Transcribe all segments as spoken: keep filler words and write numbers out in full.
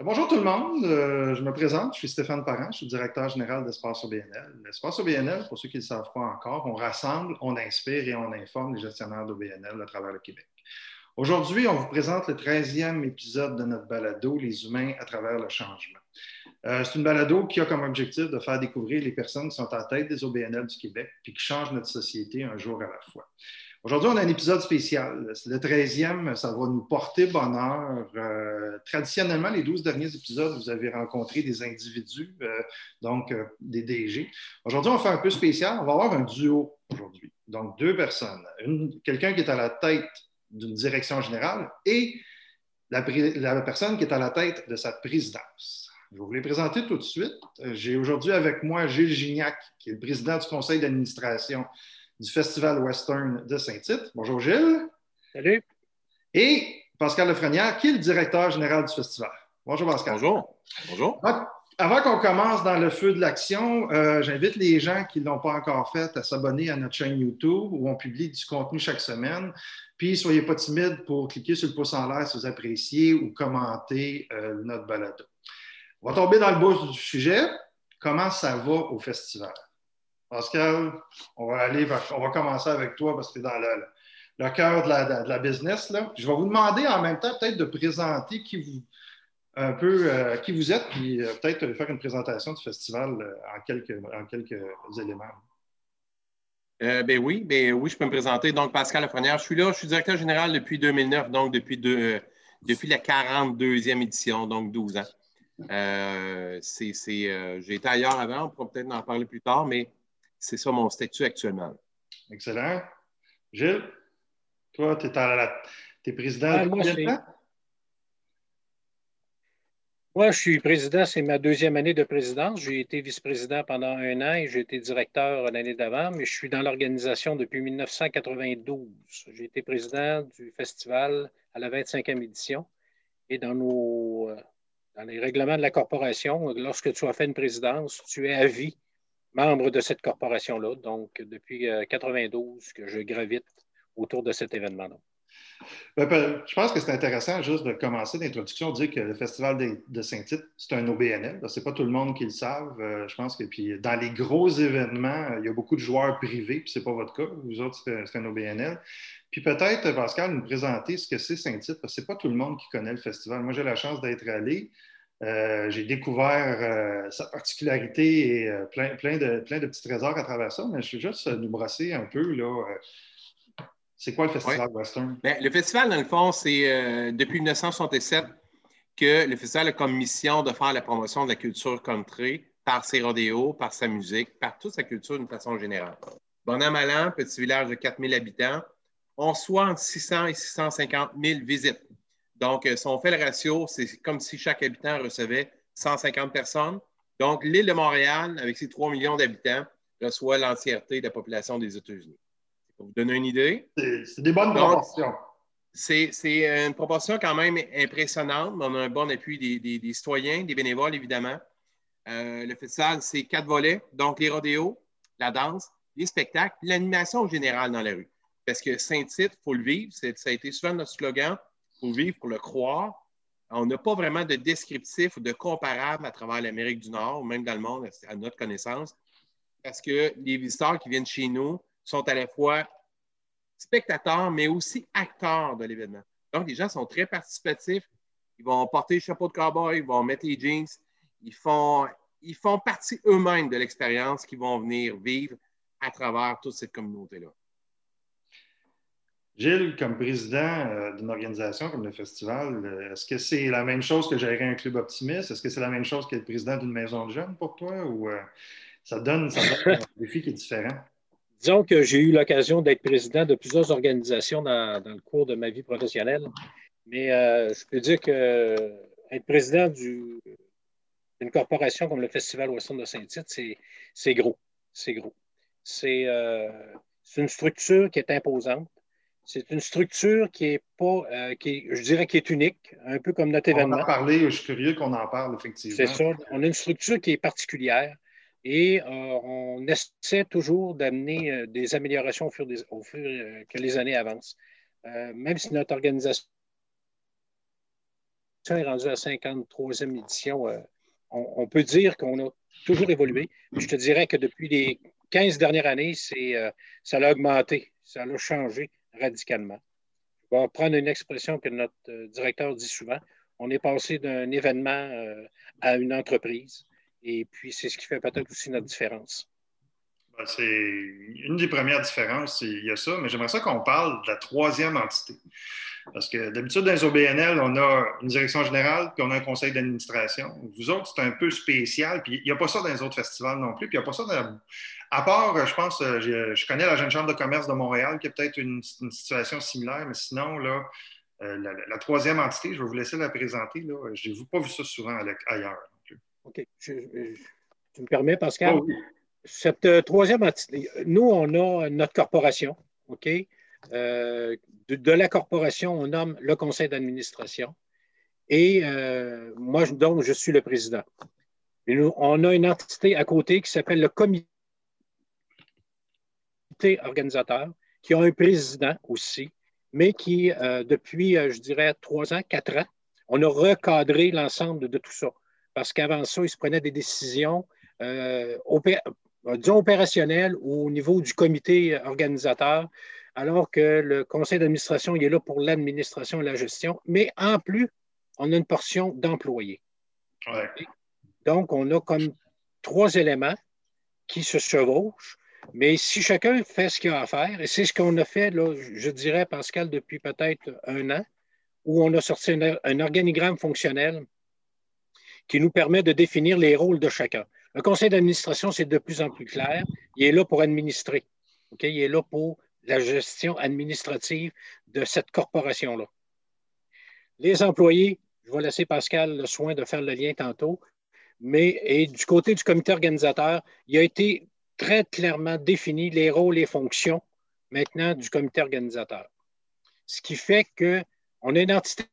Bonjour tout le monde, Euh, je me présente, je suis Stéphane Parent, je suis directeur général d'Espace O B N L. L'Espace O B N L, pour ceux qui ne le savent pas encore, on rassemble, on inspire et on informe les gestionnaires d'O B N L à travers le Québec. Aujourd'hui, on vous présente le treizième épisode de notre balado, Les humains à travers le changement. Euh, c'est une balado qui a comme objectif de faire découvrir les personnes qui sont à la tête des O B N L du Québec puis qui changent notre société un jour à la fois. Aujourd'hui, on a un épisode spécial. Le treizième, ça va nous porter bonheur. Euh, traditionnellement, les douze derniers épisodes, vous avez rencontré des individus, euh, donc euh, des D G. Aujourd'hui, on fait un peu spécial. On va avoir un duo aujourd'hui. Donc, deux personnes. Une, quelqu'un qui est à la tête d'une direction générale et la, la personne qui est à la tête de sa présidence. Je vais vous les présenter tout de suite. J'ai aujourd'hui avec moi Gilles Gignac, qui est le président du conseil d'administration du Festival Western de Saint-Tite. Bonjour Gilles. Salut. Et Pascal Lefrenière, qui est le directeur général du festival. Bonjour Pascal. Bonjour. Bonjour. Avant, avant qu'on commence dans le feu de l'action, euh, j'invite les gens qui ne l'ont pas encore fait à s'abonner à notre chaîne YouTube où on publie du contenu chaque semaine. Puis, soyez pas timides pour cliquer sur le pouce en l'air si vous appréciez ou commenter euh, notre balado. On va tomber dans le bout du sujet. Comment ça va au festival? Pascal, on va aller, on va commencer avec toi parce que tu es dans le, le cœur de la, de la business. Là. Je vais vous demander en même temps peut-être de présenter qui vous, un peu euh, qui vous êtes, puis euh, peut-être faire une présentation du festival euh, en, quelques, en quelques éléments. Euh, ben oui, ben oui, je peux me présenter. Donc, Pascal Lefrenière, je suis là, je suis directeur général depuis deux mille neuf, donc depuis, deux, euh, depuis la quarante-deuxième édition, donc douze ans. Euh, c'est, c'est, euh, j'ai été ailleurs avant, on pourra peut-être en parler plus tard, mais c'est ça mon statut actuellement. Excellent. Gilles, toi, tu es, la, es président ah, depuis combien de temps? Moi, je suis président, c'est ma deuxième année de présidence. J'ai été vice-président pendant un an et j'ai été directeur l'année d'avant, mais je suis dans l'organisation depuis mille neuf cent quatre-vingt-douze. J'ai été président du festival à la vingt-cinquième édition et dans, nos, dans les règlements de la corporation, lorsque tu as fait une présidence, tu es à vie membre de cette corporation-là. Donc, depuis mille neuf cent quatre-vingt-douze que je gravite autour de cet événement-là. Je pense que c'est intéressant juste de commencer d'introduction, de dire que le Festival de Saint-Tite, c'est un O B N L. Ce n'est pas tout le monde qui le savent. Je pense que puis, dans les gros événements, il y a beaucoup de joueurs privés, puis ce n'est pas votre cas. Vous autres, c'est un O B N L. Puis peut-être, Pascal, nous présenter ce que c'est Saint-Tite, parce que ce n'est pas tout le monde qui connaît le festival. Moi, j'ai la chance d'être allé. Euh, j'ai découvert euh, sa particularité et euh, plein, plein, de, plein de petits trésors à travers ça, mais je veux juste nous brosser un peu, là. Euh, C'est quoi le Festival oui. Western? Bien, le festival, dans le fond, c'est euh, depuis mille neuf cent soixante-sept que le festival a comme mission de faire la promotion de la culture country par ses rodéos, par sa musique, par toute sa culture d'une façon générale. Bon an, mal an, petit village de quatre mille habitants, on reçoit entre six cents et six cent cinquante mille visites. Donc, si on fait le ratio, c'est comme si chaque habitant recevait cent cinquante personnes. Donc, l'île de Montréal, avec ses trois millions d'habitants, reçoit l'entièreté de la population des États-Unis. Pour vous donner une idée. C'est, c'est des bonnes Donc, proportions. C'est, c'est une proportion quand même impressionnante. On a un bon appui des, des, des citoyens, des bénévoles, évidemment. Euh, le festival, c'est quatre volets. Donc, les rodéos, la danse, les spectacles, l'animation en général dans la rue. Parce que Saint-Tite, il faut le vivre. C'est, ça a été souvent notre slogan. Il faut le vivre pour le croire. On n'a pas vraiment de descriptif ou de comparable à travers l'Amérique du Nord, ou même dans le monde, à notre connaissance. Parce que les visiteurs qui viennent chez nous sont à la fois spectateurs, mais aussi acteurs de l'événement. Donc, les gens sont très participatifs. Ils vont porter le chapeau de cowboy, ils vont mettre les jeans. Ils font, ils font partie eux-mêmes de l'expérience qu'ils vont venir vivre à travers toute cette communauté-là. Gilles, comme président d'une organisation comme le festival, est-ce que c'est la même chose que gérer un club optimiste? Est-ce que c'est la même chose qu'être président d'une maison de jeunes pour toi? Ou euh, ça donne, ça donne un défi qui est différent? Disons que j'ai eu l'occasion d'être président de plusieurs organisations dans, dans le cours de ma vie professionnelle. Mais euh, je peux dire que être président du, d'une corporation comme le Festival Western de Saint-Tite, c'est, c'est gros. C'est gros. C'est, euh, c'est une structure qui est imposante. C'est une structure qui est pas, euh, qui est, je dirais, qui est unique, un peu comme notre événement. On va en parler, je suis curieux qu'on en parle, effectivement. C'est ça. On a une structure qui est particulière. Et euh, on essaie toujours d'amener euh, des améliorations au fur, des, au fur euh, que les années avancent. Euh, même si notre organisation est rendue à la cinquante-troisième édition. Euh, on, on peut dire qu'on a toujours évolué. Je te dirais que depuis les quinze dernières années, c'est, euh, ça a augmenté, ça a changé radicalement. Je vais prendre une expression que notre euh, directeur dit souvent. On est passé d'un événement euh, à une entreprise. Et puis, c'est ce qui fait peut-être aussi notre différence. Ben, c'est une des premières différences, il y a ça, mais j'aimerais ça qu'on parle de la troisième entité. Parce que d'habitude, dans les O B N L, on a une direction générale, puis on a un conseil d'administration. Vous autres, c'est un peu spécial, puis il n'y a pas ça dans les autres festivals non plus, puis il n'y a pas ça dans... À part, je pense, je, je connais la Jeune Chambre de commerce de Montréal, qui a peut-être une, une situation similaire, mais sinon, là, euh, la, la troisième entité, je vais vous laisser la présenter. Là. Je n'ai pas vu ça souvent ailleurs non plus. OK. Je, je, tu me permets, Pascal? Oh, oui. Cette euh, troisième entité, nous, on a notre corporation, OK? Euh, de, de la corporation, on nomme le conseil d'administration. Et euh, moi, donc, je suis le président. Et nous, on a une entité à côté qui s'appelle le comité organisateur, qui a un président aussi, mais qui, euh, depuis, euh, je dirais, trois ans, quatre ans, on a recadré l'ensemble de, de tout ça. Parce qu'avant ça, ils se prenaient des décisions euh, opé disons opérationnelles ou au niveau du comité organisateur, alors que le conseil d'administration, il est là pour l'administration et la gestion. Mais en plus, on a une portion d'employés. Ouais. Donc, on a comme trois éléments qui se chevauchent. Mais si chacun fait ce qu'il a à faire, et c'est ce qu'on a fait, là, je dirais, Pascal, depuis peut-être un an, où on a sorti un, un organigramme fonctionnel qui nous permet de définir les rôles de chacun. Le conseil d'administration, c'est de plus en plus clair. Il est là pour administrer. Okay? Il est là pour la gestion administrative de cette corporation-là. Les employés, je vais laisser Pascal le soin de faire le lien tantôt, mais et du côté du comité organisateur, il a été très clairement défini les rôles et fonctions maintenant du comité organisateur. Ce qui fait qu'on a une entité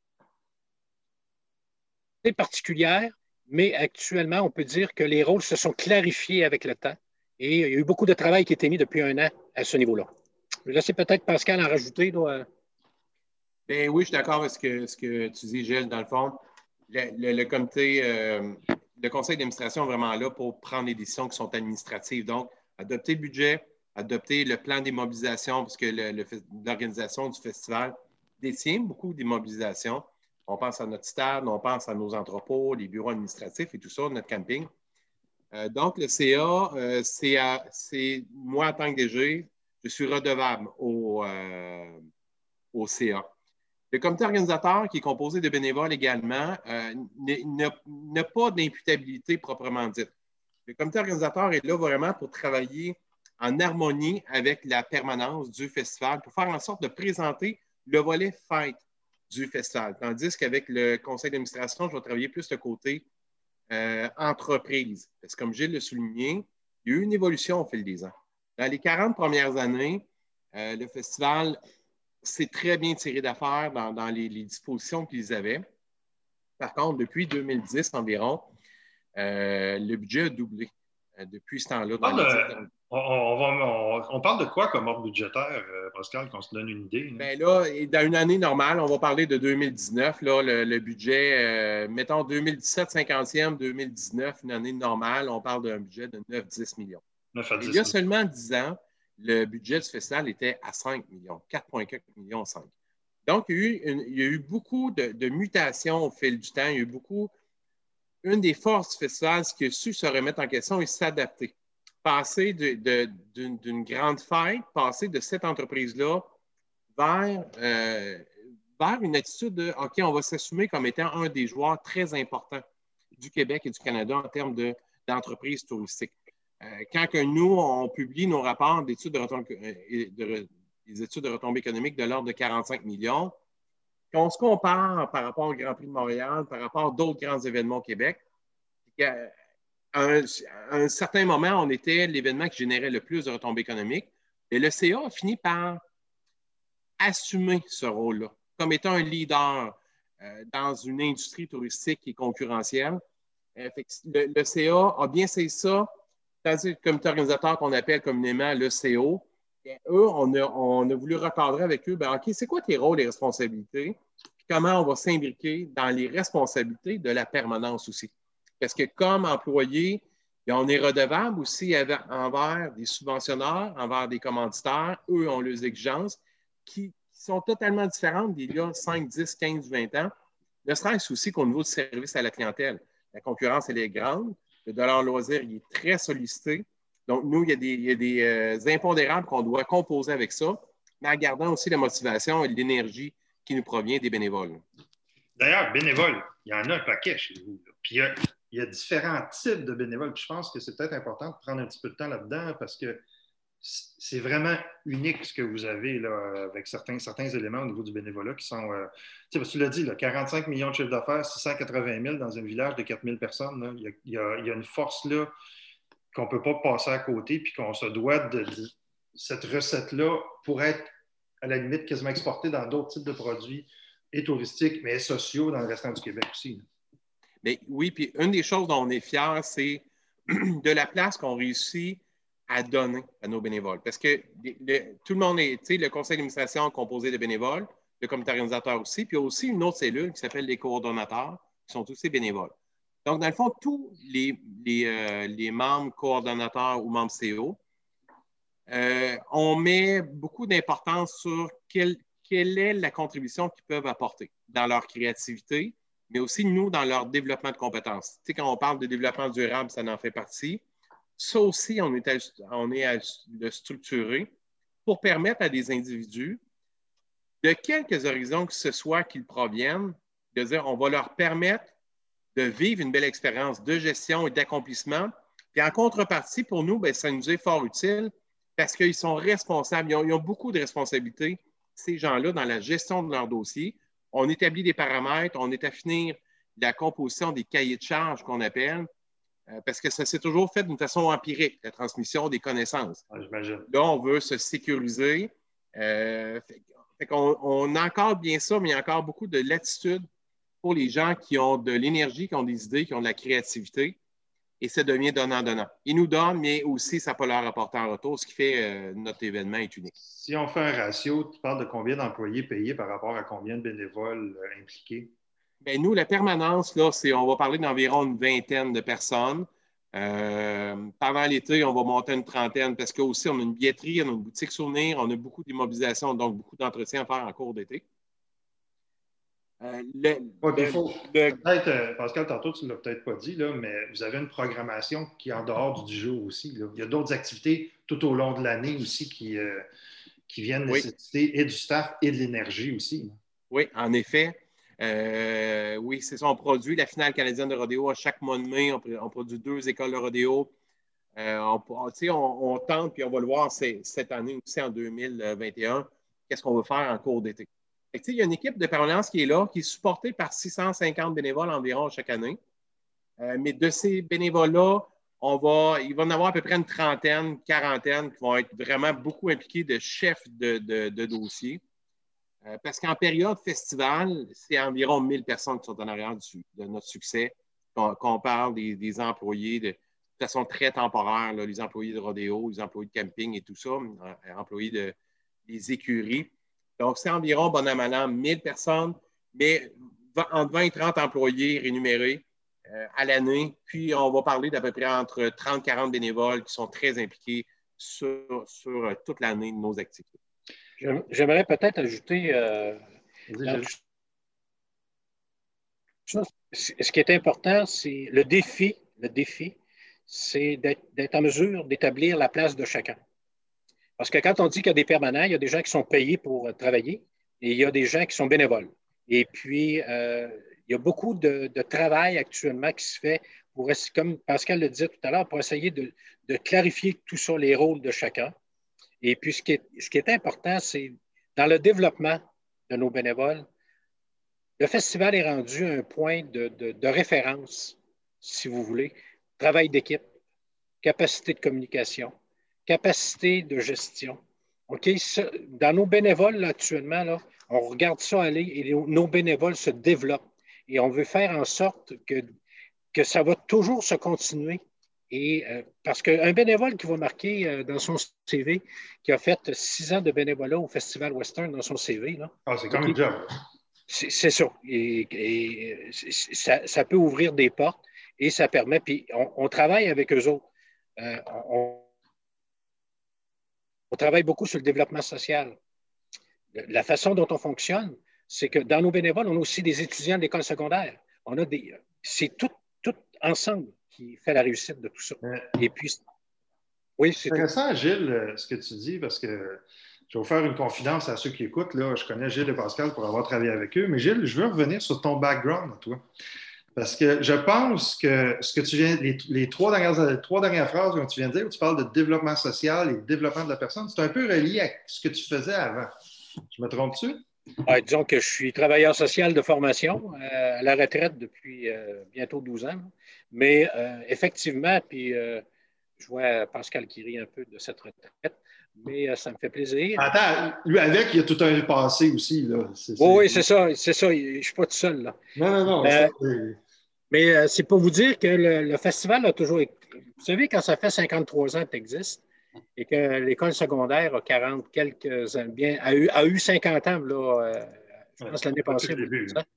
particulière, mais actuellement, on peut dire que les rôles se sont clarifiés avec le temps et il y a eu beaucoup de travail qui a été mis depuis un an à ce niveau-là. Je vais laisser peut-être Pascal en rajouter. Là. Bien, oui, je suis d'accord avec ce que, ce que tu dis, Gilles. Dans le fond, le, le, le comité, euh, le conseil d'administration est vraiment là pour prendre les décisions qui sont administratives. Donc, adopter le budget, adopter le plan d'immobilisation, parce que l'organisation du festival détient beaucoup d'immobilisation. On pense à notre stade, on pense à nos entrepôts, les bureaux administratifs et tout ça, notre camping. Euh, donc, le C A, euh, c'est moi, en tant que D G, je suis redevable au, euh, au C A. Le comité organisateur, qui est composé de bénévoles également, euh, n'a pas d'imputabilité proprement dite. Le comité organisateur est là vraiment pour travailler en harmonie avec la permanence du festival, pour faire en sorte de présenter le volet fête du festival. Tandis qu'avec le conseil d'administration, je vais travailler plus le côté euh, entreprise. Parce que comme Gilles l'a souligné, il y a eu une évolution au fil des ans. Dans les quarante premières années, euh, le festival s'est très bien tiré d'affaire dans, dans les, les dispositions qu'ils avaient. Par contre, depuis deux mille dix environ, euh, le budget a doublé euh, depuis ce temps-là. On, on, on, on parle de quoi comme ordre budgétaire, euh, Pascal, qu'on se donne une idée? Bien là, dans une année normale, on va parler de deux mille dix-neuf, là, le, le budget, euh, mettons deux mille dix-sept, cinquantième, deux mille dix-neuf, une année normale, on parle d'un budget de neuf à dix millions. neuf à dix. Il y a seulement dix ans, le budget du festival était à cinq millions, quatre virgule quatre millions cinq. Donc, il y a eu, une, il y a eu beaucoup de, de mutations au fil du temps. Il y a eu beaucoup. Une des forces du festival, c'est qu'il a su se remettre en question et s'adapter. Passer d'une grande fête, passer de cette entreprise-là vers, euh, vers une attitude de OK, on va s'assumer comme étant un des joueurs très importants du Québec et du Canada en termes d'entreprise touristiques. Euh, quand que nous, on publie nos rapports d'études de, de, des études de retombées économiques de l'ordre de quarante-cinq millions, quand on se compare par rapport au Grand Prix de Montréal, par rapport à d'autres grands événements au Québec, à un, à un certain moment, on était l'événement qui générait le plus de retombées économiques. Et le C A a fini par assumer ce rôle-là comme étant un leader euh, dans une industrie touristique qui est concurrentielle. Euh, fait que le, le C A a bien saisi ça, tandis que le comité organisateur qu'on appelle communément le C O, et eux, on a, on a voulu recadrer avec eux, ben, OK, c'est quoi tes rôles et responsabilités? Puis comment on va s'imbriquer dans les responsabilités de la permanence aussi. Parce que comme employé, on est redevable aussi envers des subventionneurs, envers des commanditaires. Eux ont leurs exigences qui sont totalement différentes d'il y a cinq, dix, quinze, vingt ans. Ne serait-ce aussi qu'au niveau du service à la clientèle. La concurrence, elle est grande. Le dollar loisir, il est très sollicité. Donc, nous, il y a des, il y a des euh, impondérables qu'on doit composer avec ça, mais en gardant aussi la motivation et l'énergie qui nous provient des bénévoles. D'ailleurs, bénévoles, il y en a un paquet chez vous. Là. Puis il y, a, il y a différents types de bénévoles. Puis je pense que c'est peut-être important de prendre un petit peu de temps là-dedans parce que c'est vraiment unique ce que vous avez là, avec certains, certains éléments au niveau du bénévolat qui sont. Euh, tu sais, tu l'as dit, là, quarante-cinq millions de chiffre d'affaires, six cent quatre-vingt mille dans un village de quatre mille personnes. Là, il, y a, il, y a, il y a une force là qu'on ne peut pas passer à côté puis qu'on se doit de, de cette recette-là pour être à la limite quasiment exportée dans d'autres types de produits et touristiques, mais sociaux dans le restant du Québec aussi. Là. Mais oui, puis une des choses dont on est fiers, c'est de la place qu'on réussit à donner à nos bénévoles. Parce que le, tout le monde est, tu sais, le conseil d'administration est composé de bénévoles, le comité organisateur aussi, puis il y a aussi une autre cellule qui s'appelle les coordonnateurs, qui sont aussi bénévoles. Donc, dans le fond, tous les, les, euh, les membres coordonnateurs ou membres C O, euh, on met beaucoup d'importance sur quelle, quelle est la contribution qu'ils peuvent apporter dans leur créativité, mais aussi, nous, dans leur développement de compétences. Tu sais, quand on parle de développement durable, ça en fait partie. Ça aussi, on est à, on est à le structurer pour permettre à des individus, de quelques horizons que ce soit qu'ils proviennent, de dire on va leur permettre de vivre une belle expérience de gestion et d'accomplissement. Puis en contrepartie, pour nous, bien, ça nous est fort utile parce qu'ils sont responsables, ils ont, ils ont beaucoup de responsabilités, ces gens-là, dans la gestion de leur dossier. On établit des paramètres, on est à finir la composition des cahiers de charges qu'on appelle, euh, parce que ça s'est toujours fait d'une façon empirique, la transmission des connaissances. Ouais, j'imagine. Là, on veut se sécuriser. Euh, fait, fait qu'on, on a encore bien ça, mais il y a encore beaucoup de latitude pour les gens qui ont de l'énergie, qui ont des idées, qui ont de la créativité. Et ça devient donnant-donnant. Ils nous donnent, mais aussi, ça peut leur apporter en retour, ce qui fait euh, notre événement est unique. Si on fait un ratio, tu parles de combien d'employés payés par rapport à combien de bénévoles euh, impliqués? Bien, nous, la permanence, là, c'est, on va parler d'environ une vingtaine de personnes. Euh, pendant l'été, on va monter une trentaine parce qu'aussi, on a une billetterie, on a une boutique souvenir, on a beaucoup d'immobilisation, donc beaucoup d'entretien à faire en cours d'été. Euh, le, ouais, le, faut, le... Peut-être, euh, Pascal, tantôt, tu ne l'as peut-être pas dit, là, mais vous avez une programmation qui est en dehors du jour aussi. Là. Il y a d'autres activités tout au long de l'année aussi qui, euh, qui viennent nécessiter oui. et du staff et de l'énergie aussi. Là. Oui, en effet. Euh, oui, c'est ça. On produit la finale canadienne de rodéo à chaque mois de mai. On, on produit deux écoles de rodéo. Euh, on, on, on tente, puis on va le voir cette année aussi, en deux mille vingt et un, qu'est-ce qu'on va faire en cours d'été. Il y a une équipe de permanence qui est là, qui est supportée par six cent cinquante bénévoles environ chaque année. Euh, mais de ces bénévoles-là, on va, il va en avoir à peu près une trentaine, quarantaine qui vont être vraiment beaucoup impliqués de chefs de, de, de dossier. Euh, parce qu'en période festivale, c'est environ mille personnes qui sont en arrière du, de notre succès. Qu'on, qu'on parle des, des employés de, de façon très temporaire, là, les employés de rodéo, les employés de camping et tout ça, euh, employés de, des écuries. Donc, c'est environ, bon an, mal an, mille personnes, mais entre vingt et trente employés rémunérés euh, à l'année. Puis, on va parler d'à peu près entre trente et quarante bénévoles qui sont très impliqués sur, sur euh, toute l'année de nos activités. J'aimerais peut-être ajouter, euh, dans... ce qui est important, c'est le défi, le défi, c'est d'être, d'être en mesure d'établir la place de chacun. Parce que quand on dit qu'il y a des permanents, il y a des gens qui sont payés pour travailler et il y a des gens qui sont bénévoles. Et puis, euh, il y a beaucoup de, de travail actuellement qui se fait pour, comme Pascal le disait tout à l'heure, pour essayer de, de clarifier tout ça, les rôles de chacun. Et puis, ce qui est, ce qui est important, c'est dans le développement de nos bénévoles, le festival est rendu un point de, de, de référence, si vous voulez, travail d'équipe, capacité de communication, capacité de gestion. OK? Dans nos bénévoles, là, actuellement, là, on regarde ça aller et nos bénévoles se développent. Et on veut faire en sorte que, que ça va toujours se continuer. Et, euh, parce qu'un bénévole qui va marquer euh, dans son C V, qui a fait six ans de bénévolat au Festival Western dans son C V. Là, ah, c'est comme okay. une job. C'est ça. Et, et ça, ça peut ouvrir des portes et ça permet, puis on, on travaille avec eux autres. Euh, on, on travaille beaucoup sur le développement social. La façon dont on fonctionne, c'est que dans nos bénévoles, on a aussi des étudiants de l'école secondaire. On a des, c'est tout, tout ensemble qui fait la réussite de tout ça. Ouais. Et puis, oui, c'est intéressant, Gilles, ce que tu dis, parce que je vais vous faire une confidence à ceux qui écoutent. Là, je connais Gilles et Pascal pour avoir travaillé avec eux, mais Gilles, je veux revenir sur ton background, toi. Parce que je pense que ce que tu viens, les, les, trois, dernières, les trois dernières phrases que tu viens de dire, où tu parles de développement social et de développement de la personne, c'est un peu relié à ce que tu faisais avant. Je me trompe-tu? Ouais, disons que je suis travailleur social de formation, euh, à la retraite depuis euh, bientôt douze ans. Mais euh, effectivement, puis euh, je vois Pascal qui rit un peu de cette retraite, mais euh, ça me fait plaisir. Attends, lui avec, il y a tout un passé aussi. Là. C'est, c'est... Oui, c'est ça, c'est ça. Je ne suis pas tout seul, là. Non, non, non. Euh, c'est... Mais euh, c'est pour vous dire que le, le festival a toujours été... Vous savez, quand ça fait cinquante-trois ans que tu existes et que l'école secondaire a quarante quelques ans, bien, a eu, a eu cinquante ans, là, euh, je pense ouais, l'année passée. Début, hein.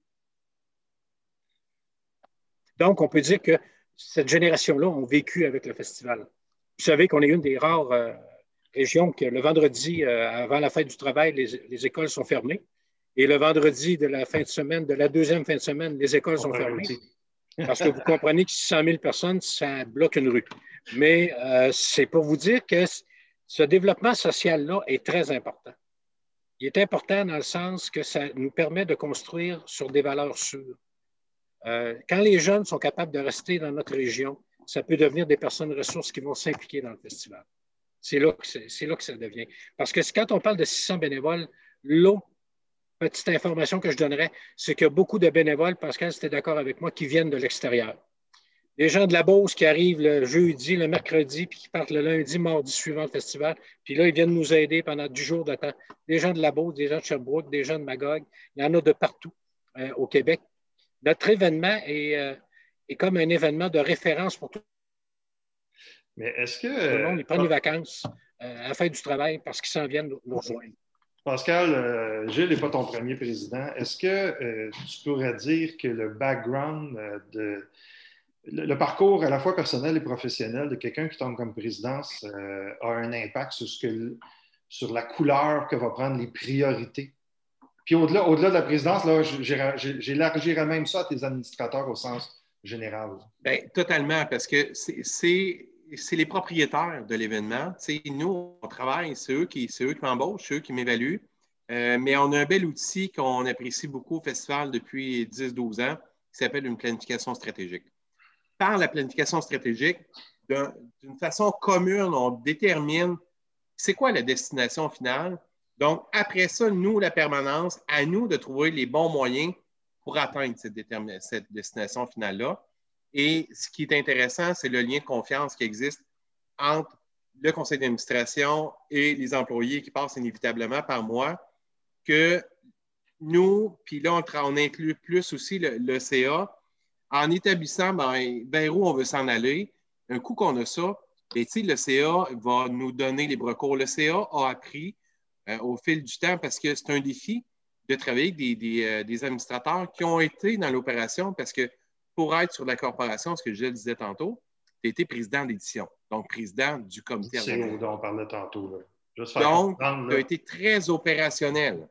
Donc, on peut dire que cette génération-là ont vécu avec le festival. Vous savez qu'on est une des rares euh, régions que le vendredi, euh, avant la fête du travail, les, les écoles sont fermées. Et le vendredi de la fin de semaine, de la deuxième fin de semaine, les écoles sont fermées. Parce que vous comprenez que six cent mille personnes, ça bloque une rue. Mais euh, c'est pour vous dire que ce développement social-là est très important. Il est important dans le sens que ça nous permet de construire sur des valeurs sûres. Euh, quand les jeunes sont capables de rester dans notre région, ça peut devenir des personnes ressources qui vont s'impliquer dans le festival. C'est là que, c'est, c'est là que ça devient. Parce que quand on parle de six cents bénévoles, l'autre petite information que je donnerais, c'est qu'il y a beaucoup de bénévoles, Pascal, si tu es d'accord avec moi, qui viennent de l'extérieur. Des gens de la Beauce qui arrivent le jeudi, le mercredi, puis qui partent le lundi, mardi suivant le festival. Puis là, ils viennent nous aider pendant dix jours de temps. Des gens de la Beauce, des gens de Sherbrooke, des gens de Magog. Il y en a de partout euh, au Québec. Notre événement est, euh, est comme un événement de référence pour tout Mais est-ce que... le monde. Ils prennent des vacances euh, à la fin du travail parce qu'ils s'en viennent nous rejoindre. Pascal, euh, Gilles n'est pas ton premier président. Est-ce que euh, tu pourrais dire que le background euh, de... Le, le parcours à la fois personnel et professionnel de quelqu'un qui tombe comme présidence euh, a un impact sur, ce que, sur la couleur que va prendre les priorités? Puis au-delà, au-delà de la présidence, là, j'élargirais même ça à tes administrateurs au sens général. Bien, totalement, parce que c'est, c'est, c'est les propriétaires de l'événement. Tu sais, nous, on travaille, c'est eux qui, c'est eux qui m'embauchent, c'est eux qui m'évaluent. Euh, mais on a un bel outil qu'on apprécie beaucoup au festival depuis dix douze ans, qui s'appelle une planification stratégique. Par la planification stratégique, d'un, d'une façon commune, on détermine c'est quoi la destination finale. Donc, après ça, nous, la permanence, à nous de trouver les bons moyens pour atteindre cette, détermin- cette destination finale-là. Et ce qui est intéressant, c'est le lien de confiance qui existe entre le conseil d'administration et les employés qui passent inévitablement par moi, que nous, puis là, on, on inclut plus aussi le, le C A, en établissant ben, vers où on veut s'en aller. Un coup qu'on a ça, ben, le C A va nous donner les recours. Le C A a appris euh, au fil du temps parce que c'est un défi de travailler avec des, des, euh, des administrateurs qui ont été dans l'opération parce que pour être sur la corporation, ce que je le disais tantôt, tu as été président d'édition, donc président du comité. C'est ce dont on parlait tantôt. Là. Juste donc, tu as été très opérationnel.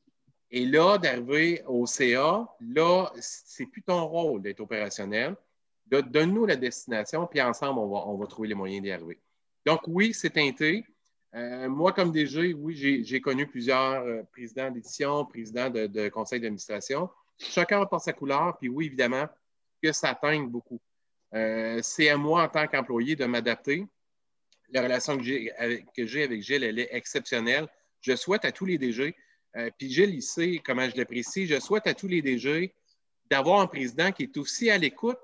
Et là, d'arriver au C A, là, c'est plus ton rôle d'être opérationnel. Donne-nous la destination, puis ensemble, on va, on va trouver les moyens d'y arriver. Donc, oui, c'est teinté. Euh, moi, comme D G, oui, j'ai, j'ai connu plusieurs euh, présidents d'édition, présidents de, de conseil d'administration. Chacun apporte sa couleur, puis oui, évidemment, que ça teigne beaucoup. Euh, c'est à moi, en tant qu'employé, de m'adapter. La relation que j'ai avec, que j'ai avec Gilles, elle est exceptionnelle. Je souhaite à tous les D G, euh, puis Gilles, il sait comment je l'apprécie, je souhaite à tous les D G d'avoir un président qui est aussi à l'écoute,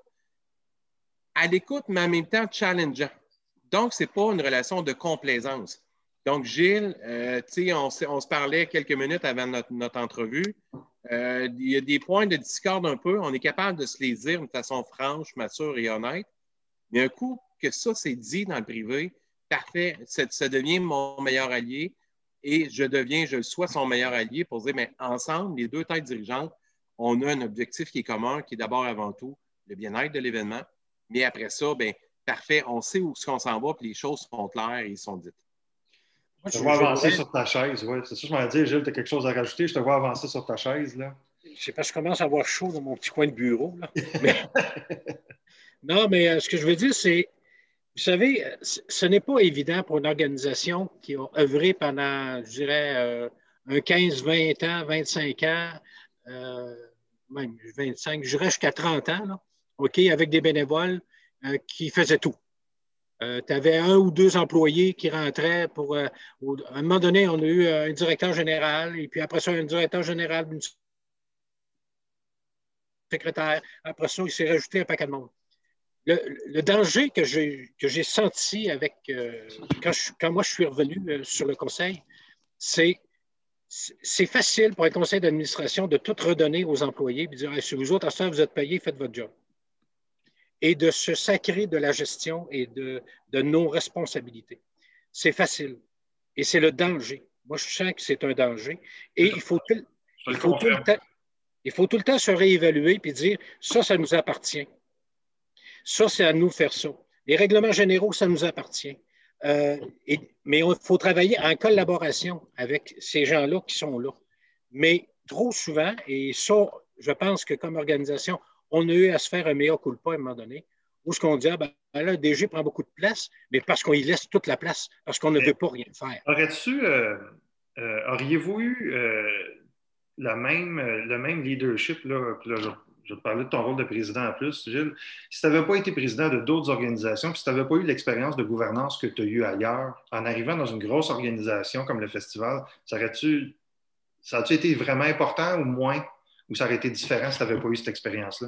à l'écoute, mais en même temps challengeant. Donc, ce n'est pas une relation de complaisance. Donc, Gilles, euh, tu sais, on, on se parlait quelques minutes avant notre, notre entrevue. Euh, il y a des points de discorde un peu. On est capable de se les dire de façon franche, mature et honnête. Mais un coup que ça, c'est dit dans le privé, parfait, ça, ça devient mon meilleur allié et je deviens, je le sois son meilleur allié pour dire, mais ensemble, les deux têtes dirigeantes, on a un objectif qui est commun, qui est d'abord avant tout le bien-être de l'événement. Mais après ça, bien, parfait, on sait où on s'en va, puis les choses sont claires et sont dites. Je te vois avancer sur ta chaise, oui. C'est ça, je m'en dit, Gilles, tu as quelque chose à rajouter. Je te vois avancer sur ta chaise, là. C'est parce que je commence à avoir chaud dans mon petit coin de bureau, là. Mais... non, mais euh, ce que je veux dire, c'est, vous savez, ce n'est pas évident pour une organisation qui a œuvré pendant, je dirais, euh, un quinze, vingt ans, vingt-cinq ans, euh, même vingt-cinq, je dirais jusqu'à trente ans, là, OK, avec des bénévoles euh, qui faisaient tout. Euh, tu avais un ou deux employés qui rentraient pour... Euh, au, à un moment donné, on a eu un directeur général, et puis après ça, un directeur général, une secrétaire. Après ça, il s'est rajouté un paquet de monde. Le, le danger que j'ai, que j'ai senti avec, euh, quand, je, quand moi je suis revenu euh, sur le conseil, c'est c'est facile pour un conseil d'administration de tout redonner aux employés et dire hey, si vous autres, à ça, vous êtes payés, faites votre job. Et de se sacrer de la gestion et de, de nos responsabilités. C'est facile. Et c'est le danger. Moi, je sens que c'est un danger. Et il faut, tout, il, faut tout le temps, il faut tout le temps se réévaluer et dire ça, ça nous appartient. Ça, c'est à nous de faire ça. Les règlements généraux, ça nous appartient. Euh, et, mais il faut travailler en collaboration avec ces gens-là qui sont là. Mais trop souvent, et ça, je pense que comme organisation, on a eu à se faire un mea culpa à un moment donné, où ce qu'on dit, ah, ben, là, le D G prend beaucoup de place, mais parce qu'on y laisse toute la place, parce qu'on ne mais veut pas rien faire. Aurais-tu, euh, euh, auriez-vous eu euh, la même, le même leadership, là, là je, je vais te parler de ton rôle de président en plus, Gilles, si tu n'avais pas été président de d'autres organisations, puis si tu n'avais pas eu l'expérience de gouvernance que tu as eue ailleurs, en arrivant dans une grosse organisation comme le festival, ça aurait-tu, ça a-tu été vraiment important ou moins, ou ça aurait été différent si tu n'avais pas eu cette expérience-là?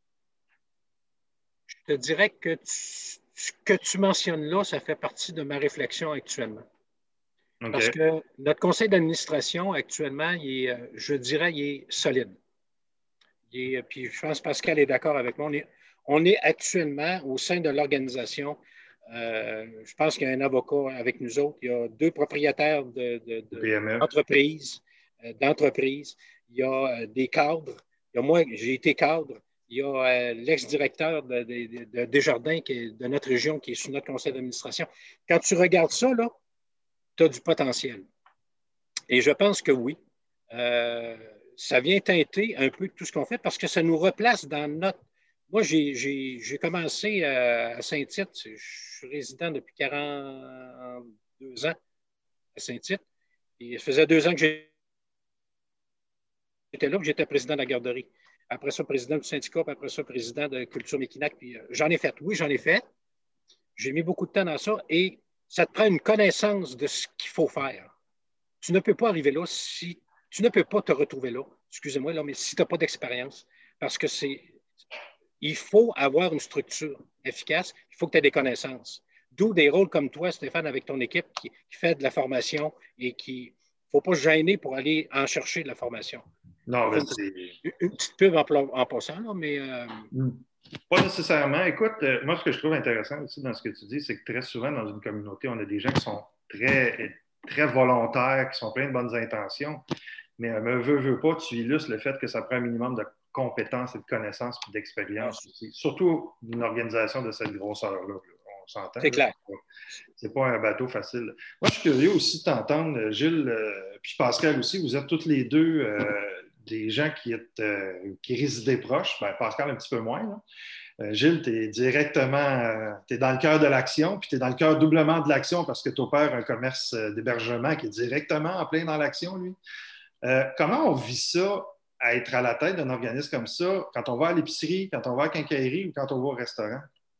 Je te dirais que tu, ce que tu mentionnes là, ça fait partie de ma réflexion actuellement. Okay. Parce que notre conseil d'administration, actuellement, il est, je dirais, il est solide. Il est, puis je pense que Pascal est d'accord avec moi. On est, on est actuellement au sein de l'organisation. Euh, je pense qu'il y a un avocat avec nous autres. Il y a deux propriétaires de, de, de, d'entreprises, euh, d'entreprises. Il y a euh, des cadres. Il y a moi, j'ai été cadre. Il y a euh, l'ex-directeur de, de, de Desjardins qui est de notre région qui est sous notre conseil d'administration. Quand tu regardes ça, là, tu as du potentiel. Et je pense que oui. Euh, ça vient teinter un peu tout ce qu'on fait parce que ça nous replace dans notre... Moi, j'ai, j'ai, j'ai commencé à Saint-Tite. Je suis résident depuis quarante-deux ans à Saint-Tite. Et ça faisait deux ans que j'étais là, que j'étais président de la garderie. Après ça, président du syndicat, puis après ça, président de Culture Méquinac. Puis j'en ai fait. Oui, j'en ai fait. J'ai mis beaucoup de temps dans ça et ça te prend une connaissance de ce qu'il faut faire. Tu ne peux pas arriver là si... Tu ne peux pas te retrouver là, excusez-moi, là, mais si tu n'as pas d'expérience, parce que c'est... Il faut avoir une structure efficace, il faut que tu aies des connaissances. D'où des rôles comme toi, Stéphane, avec ton équipe qui, qui fait de la formation et qui... Il ne faut pas se gêner pour aller en chercher de la formation. Non, mais une, c'est... Une petite pub en, en passant, là, mais... Euh... Pas nécessairement. Écoute, euh, moi, ce que je trouve intéressant aussi dans ce que tu dis, c'est que très souvent, dans une communauté, on a des gens qui sont très, très volontaires, qui sont pleins de bonnes intentions, mais euh, me veux, veux pas, tu illustres le fait que ça prend un minimum de compétences et de connaissances et d'expérience aussi. Surtout d'une organisation de cette grosseur-là. Là. On s'entend. C'est clair. C'est pas un bateau facile. Moi, je suis curieux aussi de t'entendre, Gilles, euh, puis Pascal aussi, vous êtes toutes les deux euh, des gens qui, êtes, euh, qui résidaient proches. Ben, Pascal, un petit peu moins. Là. Euh, Gilles, tu es directement, euh, tu es dans le cœur de l'action, puis tu es dans le cœur doublement de l'action parce que tu opères un commerce d'hébergement qui est directement en plein dans l'action, lui. Euh, comment on vit ça, à être à la tête d'un organisme comme ça, quand on va à l'épicerie, quand on va à la quincaillerie ou quand on va au restaurant?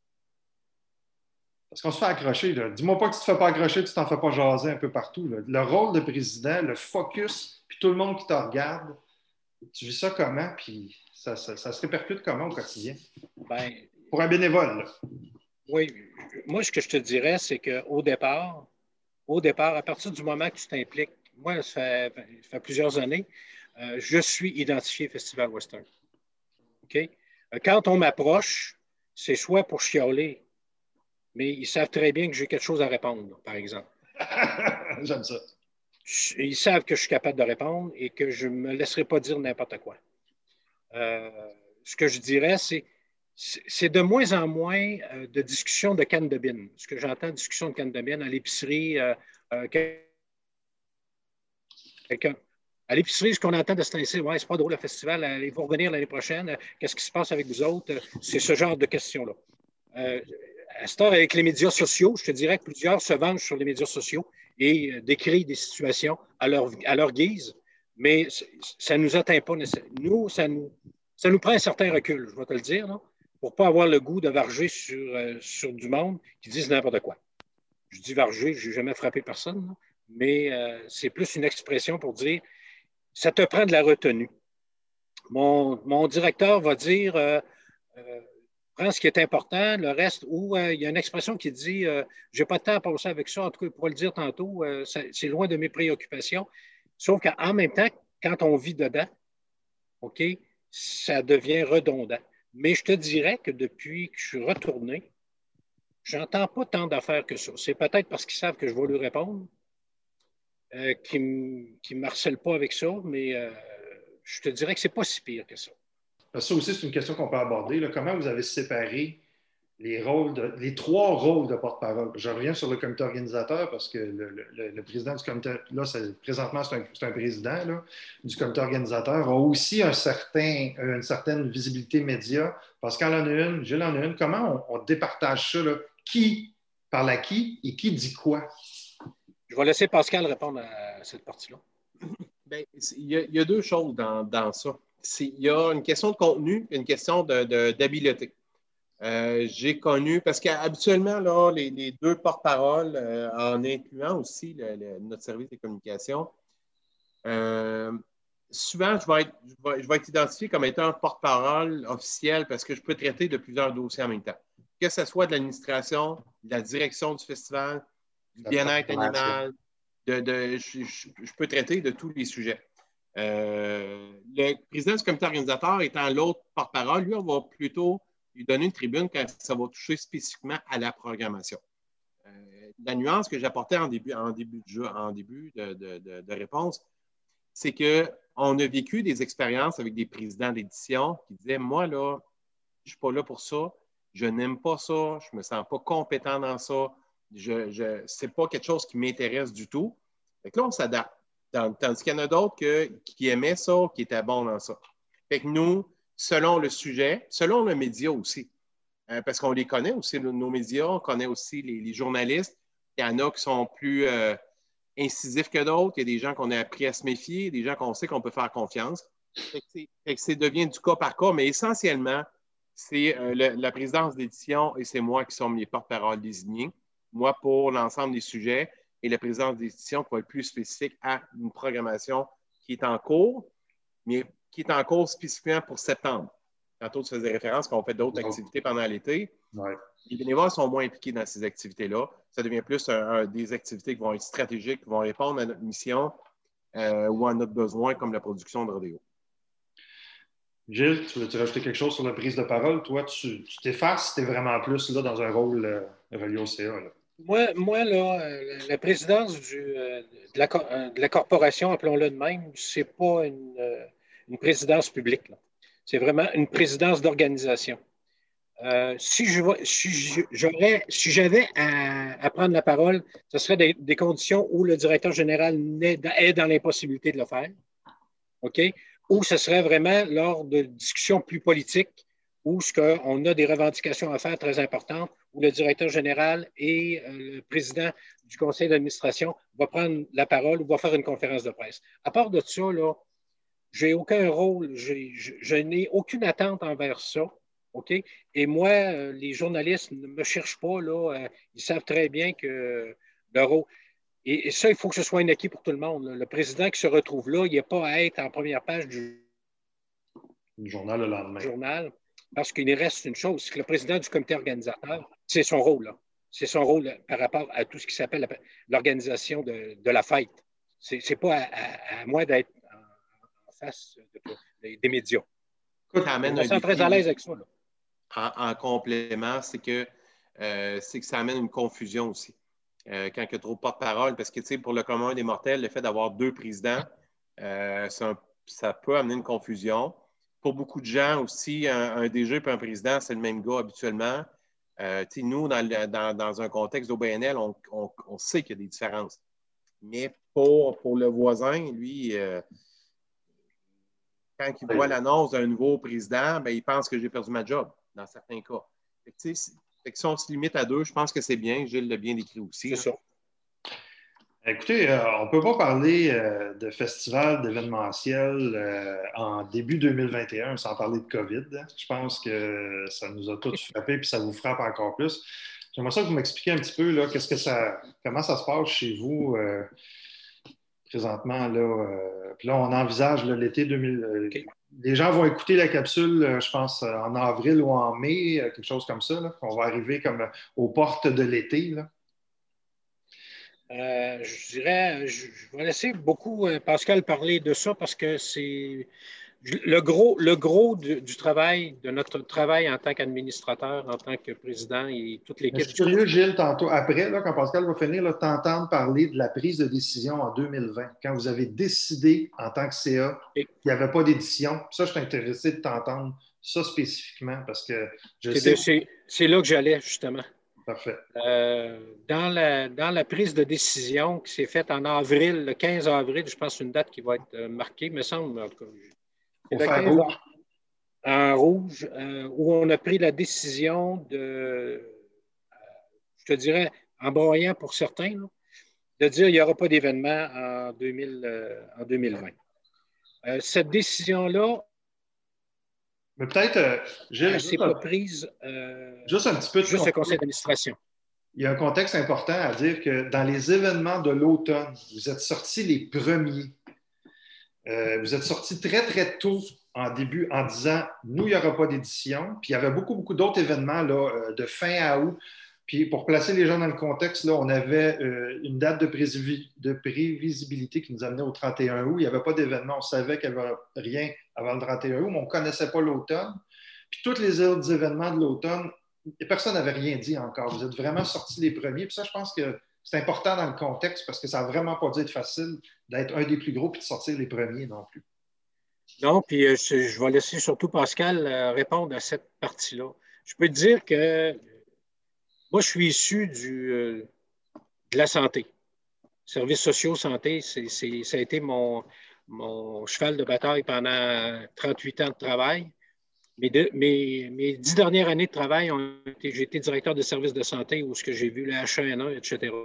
Parce qu'on se fait accrocher. Là. Dis-moi pas que tu te fais pas accrocher, que tu t'en fais pas jaser un peu partout. Là. Le rôle de président, le focus, puis tout le monde qui te regarde, tu vis ça comment, puis ça, ça, ça se répercute comment au quotidien? Ben, pour un bénévole. Là. Oui. Moi, ce que je te dirais, c'est qu'au départ, au départ, à partir du moment que tu t'impliques, moi, ça fait, ça fait plusieurs années, euh, je suis identifié Festival Western. OK? Quand on m'approche, c'est soit pour chialer, mais ils savent très bien que j'ai quelque chose à répondre, là, par exemple. J'aime ça. Ils savent que je suis capable de répondre et que je ne me laisserai pas dire n'importe quoi. Euh, ce que je dirais, c'est c'est de moins en moins euh, de discussions de canne de bine. Ce que j'entends, discussion de canne de bine à l'épicerie, euh, euh, quelqu'un. À l'épicerie, ce qu'on entend de ce temps-ci, ouais, c'est pas drôle le festival, allez-vous revenir l'année prochaine? Qu'est-ce qui se passe avec vous autres? C'est ce genre de questions-là. Euh, à cette heure, avec les médias sociaux, je te dirais que plusieurs se vengent sur les médias sociaux et euh, décrivent des situations à leur, à leur guise, mais ça ne nous atteint pas. Nous, ça nous, ça nous prend un certain recul, je vais te le dire, là, pour ne pas avoir le goût de varger sur, euh, sur du monde qui disent n'importe quoi. Je dis varger, je n'ai jamais frappé personne, là, mais euh, c'est plus une expression pour dire ça te prend de la retenue. Mon, mon directeur va dire euh, euh, prends ce qui est important, le reste, ou euh, il y a une expression qui dit euh, je n'ai pas de temps à passer avec ça, en tout cas, il pourra le dire tantôt, euh, c'est loin de mes préoccupations. Sauf qu'en même temps, quand on vit dedans, OK, ça devient redondant. Mais je te dirais que depuis que je suis retourné, je n'entends pas tant d'affaires que ça. C'est peut-être parce qu'ils savent que je vais lui répondre, euh, qu'ils ne me harcèlent pas avec ça, mais euh, je te dirais que ce n'est pas si pire que ça. Ça aussi, c'est une question qu'on peut aborder. Là. Comment vous avez séparé les rôles, de, les trois rôles de porte-parole? Je reviens sur le comité organisateur parce que le, le, le président du comité, là, présentement, c'est un, un président là, du comité organisateur, a aussi un certain, une certaine visibilité média parce qu'en en a une, Gilles en a une. Comment on, on départage ça? Là? Qui parle à qui et qui dit quoi? Je vais laisser Pascal répondre à cette partie-là. Bien, il, y a, il y a deux choses dans, dans ça. Il y a une question de contenu et une question d'habileté. Euh, j'ai connu, parce qu'habituellement, là, les, les deux porte-paroles, euh, en incluant aussi le, le, notre service de communication, euh, souvent, je vais, être, je, vais, je vais être identifié comme étant un porte-parole officiel parce que je peux traiter de plusieurs dossiers en même temps. Que ce soit de l'administration, de la direction du festival, du bien-être animal, de, de, je, je, je peux traiter de tous les sujets. Euh, le président du comité organisateur étant l'autre porte-parole, lui, on va plutôt lui donner une tribune quand ça va toucher spécifiquement à la programmation. Euh, la nuance que j'apportais en début, en début, de, jeu, en début de, de, de, de réponse, c'est qu'on a vécu des expériences avec des présidents d'édition qui disaient « Moi, là, je ne suis pas là pour ça, je n'aime pas ça, je ne me sens pas compétent dans ça, je, je, ce n'est pas quelque chose qui m'intéresse du tout. » Fait que là, on s'adapte. Tandis qu'il y en a d'autres que, qui aimaient ça, qui étaient bons dans ça. Fait que nous, selon le sujet, selon le média aussi, euh, parce qu'on les connaît aussi, nos médias, on connaît aussi les, les journalistes. Il y en a qui sont plus euh, incisifs que d'autres. Il y a des gens qu'on a appris à se méfier, des gens qu'on sait qu'on peut faire confiance. Fait que c'est, fait que c'est devient du cas par cas, mais essentiellement, c'est euh, le, la présidence d'édition et c'est moi qui sommes les porte-parole désignés. Moi, pour l'ensemble des sujets, et la présidence d'édition pour être plus spécifique à une programmation qui est en cours, mais qui est en cours spécifiquement pour septembre. Tantôt, tu faisais référence qu'on fait d'autres oh. activités pendant l'été. Ouais. Les bénévoles sont moins impliqués dans ces activités-là. Ça devient plus un, un, des activités qui vont être stratégiques, qui vont répondre à notre mission euh, ou à notre besoin, comme la production de rodéo. Gilles, tu veux-tu rajouter quelque chose sur la prise de parole? Toi, tu, tu t'effaces, tu es vraiment plus là, dans un rôle euh, relié au C A. Là. Moi, moi, là, la présidence du, de, la, de la corporation, appelons-le de même, ce n'est pas une, une présidence publique. C'est vraiment une présidence d'organisation. Euh, si je, si j'aurais, si j'avais à, à prendre la parole, ce serait des, des conditions où le directeur général est dans l'impossibilité de le faire. OK? Ou ce serait vraiment lors de discussions plus politiques où ce qu'on a des revendications à faire très importantes, où le directeur général et euh, le président du conseil d'administration va prendre la parole ou va faire une conférence de presse. À part de ça, là, j'ai aucun rôle, j'ai, je, je n'ai aucune attente envers ça. OK? Et moi, euh, les journalistes ne me cherchent pas, là, euh, ils savent très bien que le rôle. Et, et ça, il faut que ce soit une acquis pour tout le monde. Là. Le président qui se retrouve là, il n'est pas à être en première page du le journal le lendemain. Journal. Parce qu'il reste une chose, c'est que le président du comité organisateur, c'est son rôle. Là. C'est son rôle là, par rapport à tout ce qui s'appelle l'organisation de, de la fête. C'est, c'est pas à, à, à moi d'être en, en face de, de, des médias. Écoute, ça amène je me sens très à l'aise avec ça. Là. En, en complément, c'est que, euh, c'est que ça amène une confusion aussi. Euh, quand il y a trop de porte-parole, parce que tu sais, pour le commun des mortels, le fait d'avoir deux présidents, euh, un, ça peut amener une confusion. pour beaucoup de gens aussi, un, un D G et un président, c'est le même gars habituellement. Euh, nous, dans, le, dans, dans un contexte d'O B N L, on, on, on sait qu'il y a des différences. Mais pour, pour le voisin, lui, euh, quand il voit l'annonce d'un nouveau président, ben, il pense que j'ai perdu ma job, dans certains cas. Fait que, si, fait que si on se limite à deux, je pense que c'est bien. Gilles l'a bien décrit aussi. C'est ça. Écoutez, euh, on ne peut pas parler euh, de festival, d'événementiel euh, en début deux mille vingt et un sans parler de COVID. Je pense que ça nous a tous frappés puis ça vous frappe encore plus. J'aimerais ça que vous m'expliquiez un petit peu là, qu'est-ce que ça, comment ça se passe chez vous euh, présentement. Là, euh, puis là, on envisage là, l'été deux mille. Euh, okay. Les gens vont écouter la capsule, euh, je pense, en avril ou en mai, euh, quelque chose comme ça. Là, on va arriver comme euh, aux portes de l'été. Là. Euh, je dirais, je, je vais laisser beaucoup euh, Pascal parler de ça parce que c'est le gros, le gros du, du travail, de notre travail en tant qu'administrateur, en tant que président et toute l'équipe. Je suis curieux, Gilles, tantôt, après, là, quand Pascal va finir, t'entendre parler de la prise de décision en deux mille vingt, quand vous avez décidé en tant que C A qu'il n'y avait pas d'édition. Ça, je suis intéressé de t'entendre ça spécifiquement parce que je c'est sais. C'est là que j'allais, justement. Parfait. Euh, dans, la, dans la prise de décision qui s'est faite en avril, le quinze avril, je pense une date qui va être marquée, me semble, en tout cas. Au fer rouge. En rouge, euh, où on a pris la décision de, euh, je te dirais, en broyant pour certains, là, de dire qu'il n'y aura pas d'événement en, deux mille, euh, en deux mille vingt. Euh, cette décision-là, mais peut-être, euh, Gilles, c'est pas prise euh, juste un petit peu de juste le conseil d'administration. Il y a un contexte important à dire que dans les événements de l'automne, vous êtes sortis les premiers. Euh, vous êtes sortis très, très tôt en début en disant « Nous, il n'y aura pas d'édition ». Puis il y avait beaucoup, beaucoup d'autres événements là, de fin à août. Puis pour placer les gens dans le contexte, là, on avait euh, une date de, prévi- de prévisibilité qui nous amenait au trente et un août. Il n'y avait pas d'événement. On savait qu'il n'y avait rien avant le trente et un août, mais on ne connaissait pas l'automne. Puis tous les autres événements de l'automne, personne n'avait rien dit encore. Vous êtes vraiment sortis les premiers. Puis ça, je pense que c'est important dans le contexte parce que ça n'a vraiment pas dû être facile d'être un des plus gros puis de sortir les premiers non plus. Non, puis euh, je vais laisser surtout Pascal euh, répondre à cette partie-là. Je peux te dire que moi, je suis issu du, euh, de la santé. Services sociaux, santé, c'est, c'est, ça a été mon, mon cheval de bataille pendant trente-huit ans de travail. Mes, deux, mes, mes dix dernières années de travail, ont été, j'ai été directeur de services de santé où ce que j'ai vu le H un N un, et cetera.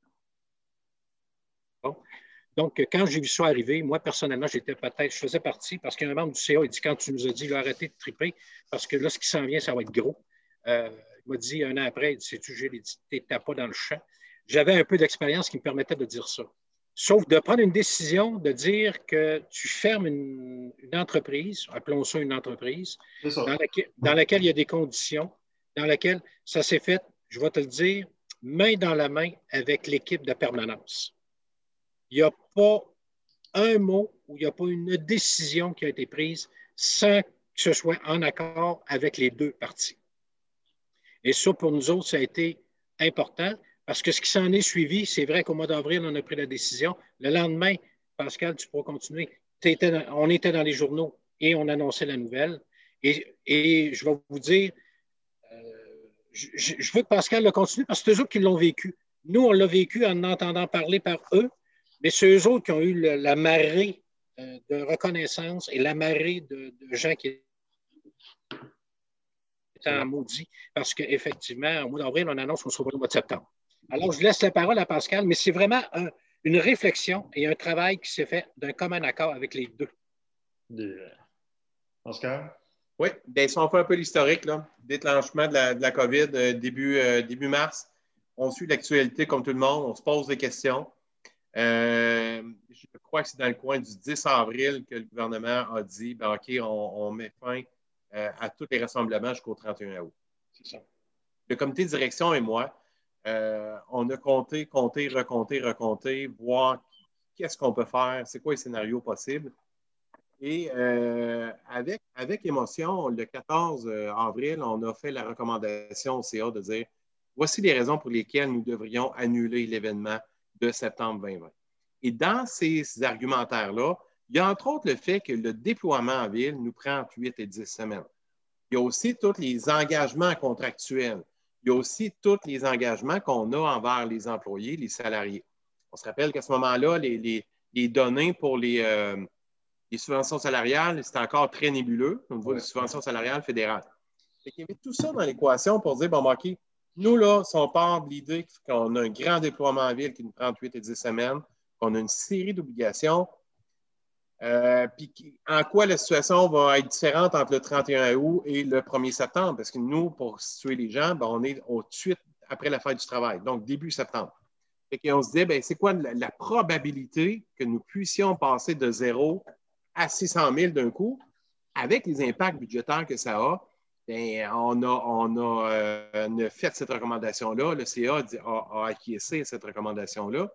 Donc, quand j'ai vu ça arriver, moi, personnellement, j'étais peut-être, je faisais partie, parce qu'un membre du C A, il dit, quand tu nous as dit, il a arrêté de triper, parce que là, ce qui s'en vient, ça va être gros. Euh, il m'a dit un an après, il dit, sais-tu, j'ai dit, t'as pas dans le champ. J'avais un peu d'expérience qui me permettait de dire ça. Sauf de prendre une décision de dire que tu fermes une, une entreprise, appelons ça une entreprise, ça. Dans, laquelle, dans laquelle il y a des conditions, dans laquelle ça s'est fait, je vais te le dire, main dans la main avec l'équipe de permanence. Il n'y a pas un mot ou il n'y a pas une décision qui a été prise sans que ce soit en accord avec les deux parties. Et ça, pour nous autres, ça a été important parce que ce qui s'en est suivi, c'est vrai qu'au mois d'avril, on a pris la décision. Le lendemain, Pascal, tu pourras continuer. Dans, on était dans les journaux et on annonçait la nouvelle. Et, et je vais vous dire, euh, je, je veux que Pascal le continue parce que c'est eux autres qui l'ont vécu. Nous, on l'a vécu en entendant parler par eux. Mais c'est eux autres qui ont eu le, la marée euh, de reconnaissance et la marée de, de gens qui étaient en maudit parce qu'effectivement, au mois d'avril, on annonce qu'on sera au mois de septembre. Alors, je laisse la parole à Pascal, mais c'est vraiment un, une réflexion et un travail qui s'est fait d'un commun accord avec les deux. De... Pascal? Oui, bien, si on fait un peu l'historique, là, déclenchement de la, de la COVID, euh, début, euh, début mars, on suit l'actualité comme tout le monde, on se pose des questions. Euh, je crois que c'est dans le coin du dix avril que le gouvernement a dit ben, OK, on, on met fin euh, à tous les rassemblements jusqu'au trente et un août. C'est ça. Le comité de direction et moi, euh, on a compté, compté, recompté, recompté, voir qu'est-ce qu'on peut faire, c'est quoi les scénarios possibles. Et euh, avec, avec émotion, le quatorze avril, on a fait la recommandation au C A de dire voici les raisons pour lesquelles nous devrions annuler l'événement de septembre vingt vingt. Et dans ces, ces argumentaires-là, Il y a entre autres le fait que le déploiement en ville nous prend entre huit et dix semaines. Il y a aussi tous les engagements contractuels. Il y a aussi tous les engagements qu'on a envers les employés, les salariés. On se rappelle qu'à ce moment-là, les, les, les données pour les, euh, les subventions salariales, c'était encore très nébuleux au niveau ouais. des subventions salariales fédérales. Il y avait tout ça dans l'équation pour dire, bon, OK, nous, là, si on part de l'idée qu'on a un grand déploiement en ville qui nous prend entre huit et dix semaines, qu'on a une série d'obligations, Euh, puis en quoi la situation va être différente entre le trente et un août et le premier septembre? Parce que nous, pour situer les gens, ben, on est au tout de suite après la fête du travail, donc début septembre. Et on se disait, ben, c'est quoi la, la probabilité que nous puissions passer de zéro à six cent mille d'un coup, avec les impacts budgétaires que ça a? Bien, on a, on a euh, fait cette recommandation-là. Le C A a, a acquiescé à cette recommandation-là.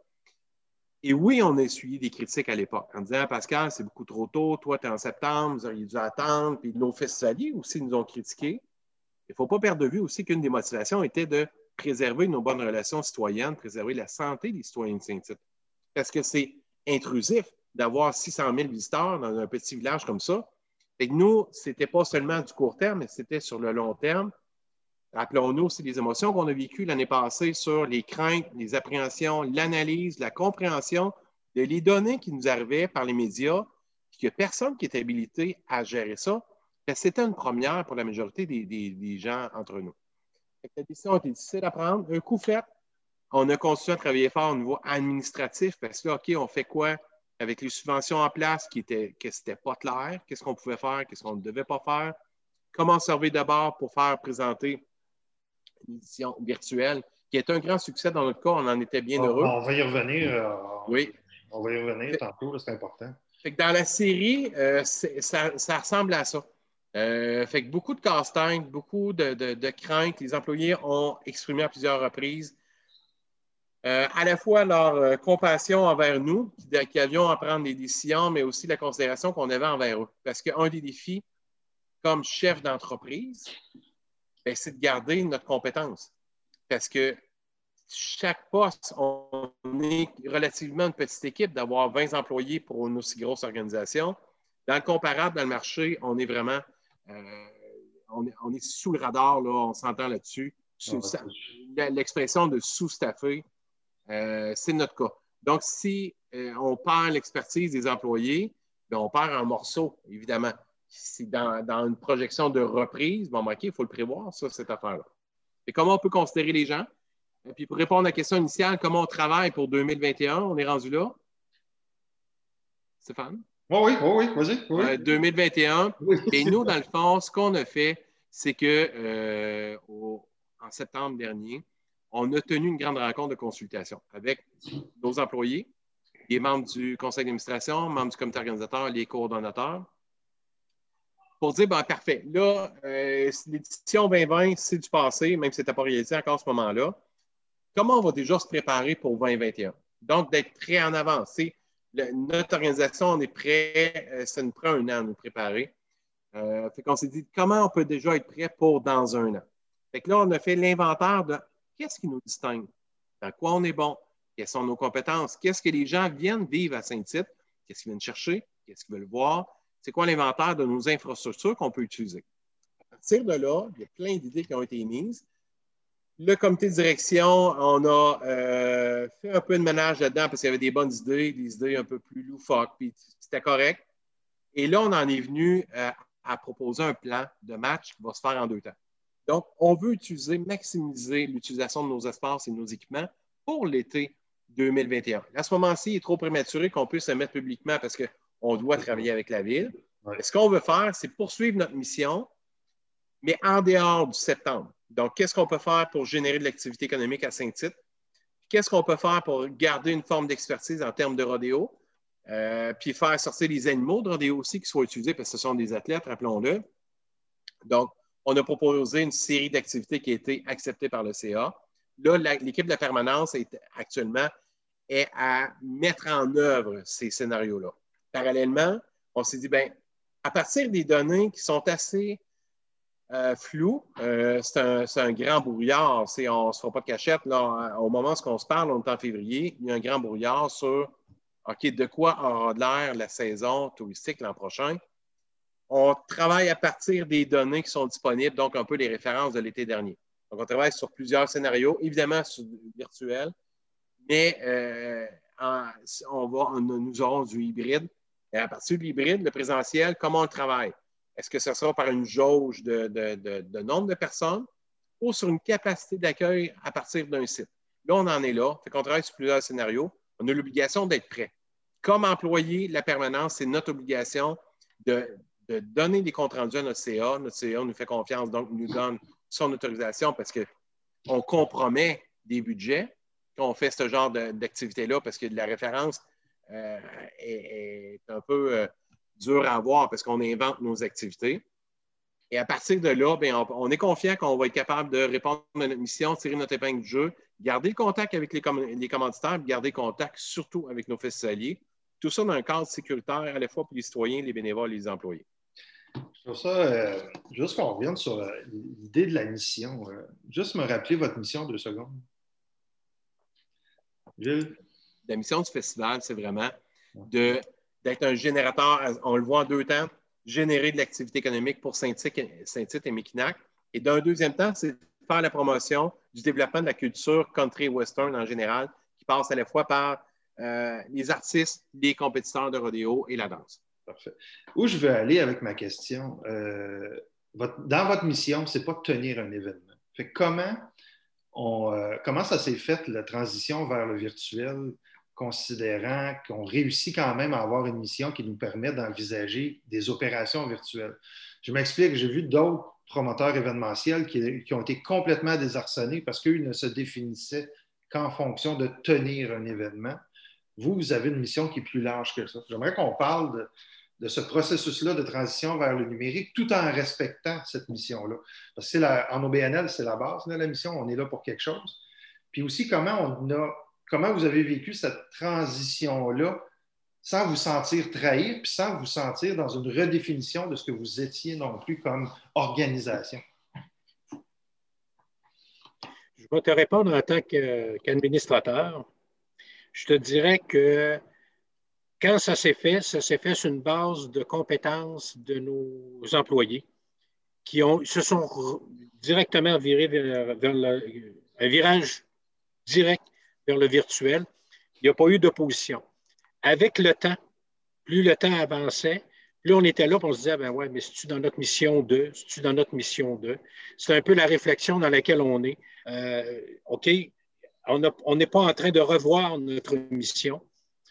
Et oui, on a essuyé des critiques à l'époque en disant, Pascal, c'est beaucoup trop tôt, toi, tu es en septembre, vous auriez dû attendre. Puis nos festivaliers aussi nous ont critiqués. Il ne faut pas perdre de vue aussi qu'une des motivations était de préserver nos bonnes relations citoyennes, préserver la santé des citoyens de Saint-Tite. Parce que c'est intrusif d'avoir six cent mille visiteurs dans un petit village comme ça. Et nous, ce n'était pas seulement du court terme, mais c'était sur le long terme. Rappelons-nous aussi les émotions qu'on a vécues l'année passée sur les craintes, les appréhensions, l'analyse, la compréhension de les données qui nous arrivaient par les médias, puis qu'il n'y a personne qui est habilité à gérer ça. C'était une première pour la majorité des, des, des gens entre nous. La décision a été difficile à prendre. Un coup fait, on a continué à travailler fort au niveau administratif parce que là, OK, on fait quoi avec les subventions en place qui étaient, que c'était pas clair, qu'est-ce qu'on pouvait faire, qu'est-ce qu'on ne devait pas faire, comment servir d'abord pour faire présenter une édition virtuelle, qui est un grand succès dans notre cas. On en était bien on, heureux. On va y revenir. Euh, oui. On va y revenir tantôt, c'est important. Fait que dans la série, euh, ça, ça ressemble à ça. Euh, fait que beaucoup de casse-tête, beaucoup de, de, de craintes. Les employés ont exprimé à plusieurs reprises euh, à la fois leur euh, compassion envers nous, qui, qui avions à prendre des décisions, mais aussi la considération qu'on avait envers eux. Parce qu'un des défis, comme chef d'entreprise, ben, c'est de garder notre compétence. Parce que chaque poste, on est relativement une petite équipe d'avoir vingt employés pour une aussi grosse organisation. Dans le comparable, dans le marché, on est vraiment euh, on, est, on est sous le radar, là, on s'entend là-dessus. L'expression de sous-staffé, euh, c'est notre cas. Donc, si euh, on perd l'expertise des employés, bien, on perd un morceau, évidemment. Si dans, dans une projection de reprise, bon, OK, il faut le prévoir, ça, cette affaire-là. Et comment on peut considérer les gens? Et puis, pour répondre à la question initiale, comment on travaille pour deux mille vingt et un? On est rendu là? Stéphane? Oh oui, oh oui, vas-y. Oui. Euh, deux mille vingt et un. Oui. Et nous, dans le fond, ce qu'on a fait, c'est que euh, au, en septembre dernier, on a tenu une grande rencontre de consultation avec nos employés, les membres du conseil d'administration, membres du comité organisateur, les coordonnateurs, pour dire, ben, parfait, là, euh, l'édition vingt vingt, c'est du passé, même si ce n'était pas réalisé encore à ce moment-là. Comment on va déjà se préparer pour vingt vingt et un? Donc, d'être prêt en avance. Le, notre organisation, on est prêt, euh, ça nous prend un an à nous préparer. Euh, fait qu'on s'est dit, comment on peut déjà être prêt pour dans un an? Fait que là, on a fait l'inventaire de qu'est-ce qui nous distingue, dans quoi on est bon, quelles sont nos compétences, qu'est-ce que les gens viennent vivre à Saint-Tite, qu'est-ce qu'ils viennent chercher, qu'est-ce qu'ils veulent voir, c'est quoi l'inventaire de nos infrastructures qu'on peut utiliser. À partir de là, il y a plein d'idées qui ont été émises. Le comité de direction, on a euh, fait un peu de ménage là-dedans parce qu'il y avait des bonnes idées, des idées un peu plus loufoques, puis c'était correct. Et là, on en est venu euh, à proposer un plan de match qui va se faire en deux temps. Donc, on veut utiliser, maximiser l'utilisation de nos espaces et de nos équipements pour l'été deux mille vingt et un. À ce moment-ci, il est trop prématuré qu'on puisse se mettre publiquement parce qu'on doit travailler avec la Ville. Ouais. Ce qu'on veut faire, c'est poursuivre notre mission, mais en dehors du septembre. Donc, qu'est-ce qu'on peut faire pour générer de l'activité économique à Saint-Tite? Qu'est-ce qu'on peut faire pour garder une forme d'expertise en termes de rodéo? Euh, puis faire sortir les animaux de rodéo aussi qui soient utilisés parce que ce sont des athlètes, rappelons-le. Donc, on a proposé une série d'activités qui a été acceptée par le C A. Là, la, l'équipe de la permanence est actuellement est à mettre en œuvre ces scénarios-là. Parallèlement, on s'est dit, bien, à partir des données qui sont assez Euh, flou. Euh, c'est, un, c'est un grand brouillard. C'est, on ne se fera pas de cachette. Là, au moment où on se parle, on est en février, il y a un grand brouillard sur OK, de quoi aura l'air la saison touristique l'an prochain? On travaille à partir des données qui sont disponibles, donc un peu les références de l'été dernier. Donc, on travaille sur plusieurs scénarios, évidemment sur le virtuel, mais euh, en, on va, on, nous aurons du hybride. Et à partir de l'hybride, le présentiel, comment on le travaille? Est-ce que ce sera par une jauge de, de, de, de nombre de personnes ou sur une capacité d'accueil à partir d'un site? Là, on en est là. Fait qu'on travaille sur plusieurs scénarios. On a l'obligation d'être prêt. Comme employé, la permanence, c'est notre obligation de, de donner des comptes rendus à notre C A. Notre C A nous fait confiance, donc nous donne son autorisation parce qu'on compromet des budgets quand on fait ce genre d'activité-là parce que la référence euh, est, est un peu euh, dure à avoir parce qu'on invente nos activités. Et à partir de là, bien, on, on est confiant qu'on va être capable de répondre à notre mission, tirer notre épingle du jeu, garder le contact avec les, com les commanditaires, garder contact surtout avec nos festivaliers. Tout ça dans un cadre sécuritaire à la fois pour les citoyens, les bénévoles et les employés. Je trouve ça, euh, juste qu'on revienne sur euh, l'idée de la mission. Euh, juste me rappeler votre mission deux secondes. Gilles? La mission du festival, c'est vraiment de, d'être un générateur, on le voit en deux temps, générer de l'activité économique pour Saint-Tite Saint-Tite et Mekinac. Et d'un deuxième temps, c'est de faire la promotion du développement de la culture country western en général, qui passe à la fois par euh, les artistes, les compétiteurs de rodéo et la danse. Parfait. Où je veux aller avec ma question, euh, votre, dans votre mission, c'est pas de tenir un événement. Fait que comment, on, euh, comment ça s'est fait, la transition vers le virtuel, considérant qu'on réussit quand même à avoir une mission qui nous permet d'envisager des opérations virtuelles? Je m'explique, j'ai vu d'autres promoteurs événementiels qui, qui ont été complètement désarçonnés parce qu'eux ne se définissaient qu'en fonction de tenir un événement. Vous, vous avez une mission qui est plus large que ça. J'aimerais qu'on parle de, de ce processus-là de transition vers le numérique tout en respectant cette mission-là. Parce que la, en O B N L, c'est la base de la mission, on est là pour quelque chose. Puis aussi, comment, on a, comment vous avez vécu cette transition-là sans vous sentir trahir, puis sans vous sentir dans une redéfinition de ce que vous étiez non plus comme organisation? Je vais te répondre en tant qu'administrateur. Je te dirais que quand ça s'est fait, ça s'est fait sur une base de compétences de nos employés qui ont, se sont directement virés vers, vers le, un virage direct vers le virtuel. Il n'y a pas eu d'opposition. Avec le temps, plus le temps avançait, plus on était là, puis on se disait, ben ouais, mais c'est-tu dans notre mission deux? C'est-tu dans notre mission deux? C'est un peu la réflexion dans laquelle on est. Euh, OK, on n'est pas en train de revoir notre mission,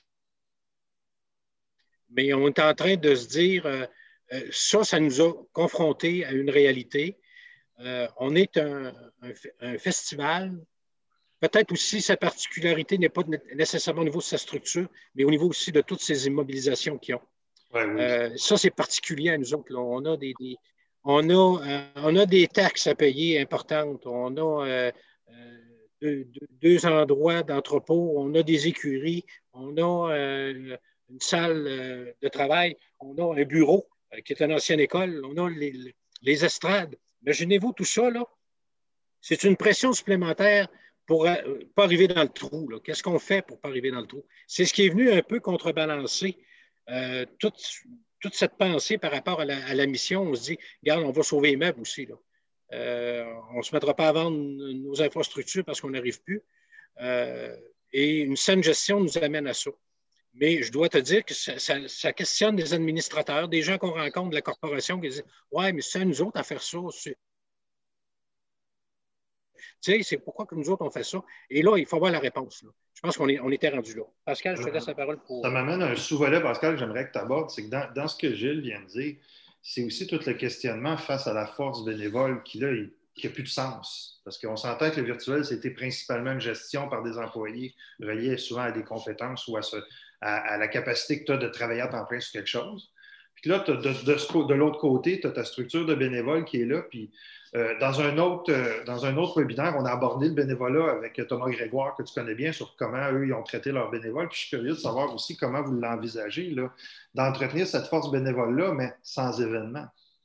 mais on est en train de se dire, euh, ça, ça nous a confrontés à une réalité. Euh, on est un, un, un festival. Peut-être aussi, sa particularité n'est pas nécessairement au niveau de sa structure, mais au niveau aussi de toutes ces immobilisations qu'ils ont. Ouais, oui. euh, ça, c'est particulier à nous autres. Là. On a des, des on, a, euh, on a des taxes à payer importantes. On a euh, euh, deux, deux, deux endroits d'entrepôt. On a des écuries. On a euh, une salle euh, de travail. On a un bureau euh, qui est une ancienne école. On a les, les estrades. Imaginez-vous tout ça, là. C'est une pression supplémentaire pour ne euh, pas arriver dans le trou. Qu'est-ce qu'on fait pour ne pas arriver dans le trou? C'est ce qui est venu un peu contrebalancer euh, toute, toute cette pensée par rapport à la, à la mission. On se dit, regarde, on va sauver les meubles aussi. Là. Euh, on ne se mettra pas à vendre nos infrastructures parce qu'on n'arrive plus. Euh, et une saine gestion nous amène à ça. Mais je dois te dire que ça, ça, ça questionne des administrateurs, des gens qu'on rencontre de la corporation qui disent, ouais, mais c'est à nous autres à faire ça. Tu sais, c'est pourquoi que nous autres, on fait ça. Et là, il faut avoir la réponse. Là. Je pense qu'on est, on était rendu là. Pascal, je te laisse la parole pour... Ça m'amène à un sous-volet, Pascal, que j'aimerais que tu abordes. C'est que dans, dans ce que Gilles vient de dire, c'est aussi tout le questionnement face à la force bénévole qui, là, qui n'a plus de sens. Parce qu'on s'entend que le virtuel, c'était principalement une gestion par des employés reliés souvent à des compétences ou à, ce, à, à la capacité que tu as de travailler à temps plein sur quelque chose. Puis là, de, de, de, de l'autre côté, tu as ta structure de bénévoles qui est là. Puis euh, dans, un autre, euh, dans un autre webinaire, on a abordé le bénévolat avec Thomas Grégoire, que tu connais bien, sur comment eux, ils ont traité leurs bénévoles. Puis je suis curieux de savoir aussi comment vous l'envisagez, là, d'entretenir cette force bénévole-là, mais sans événement.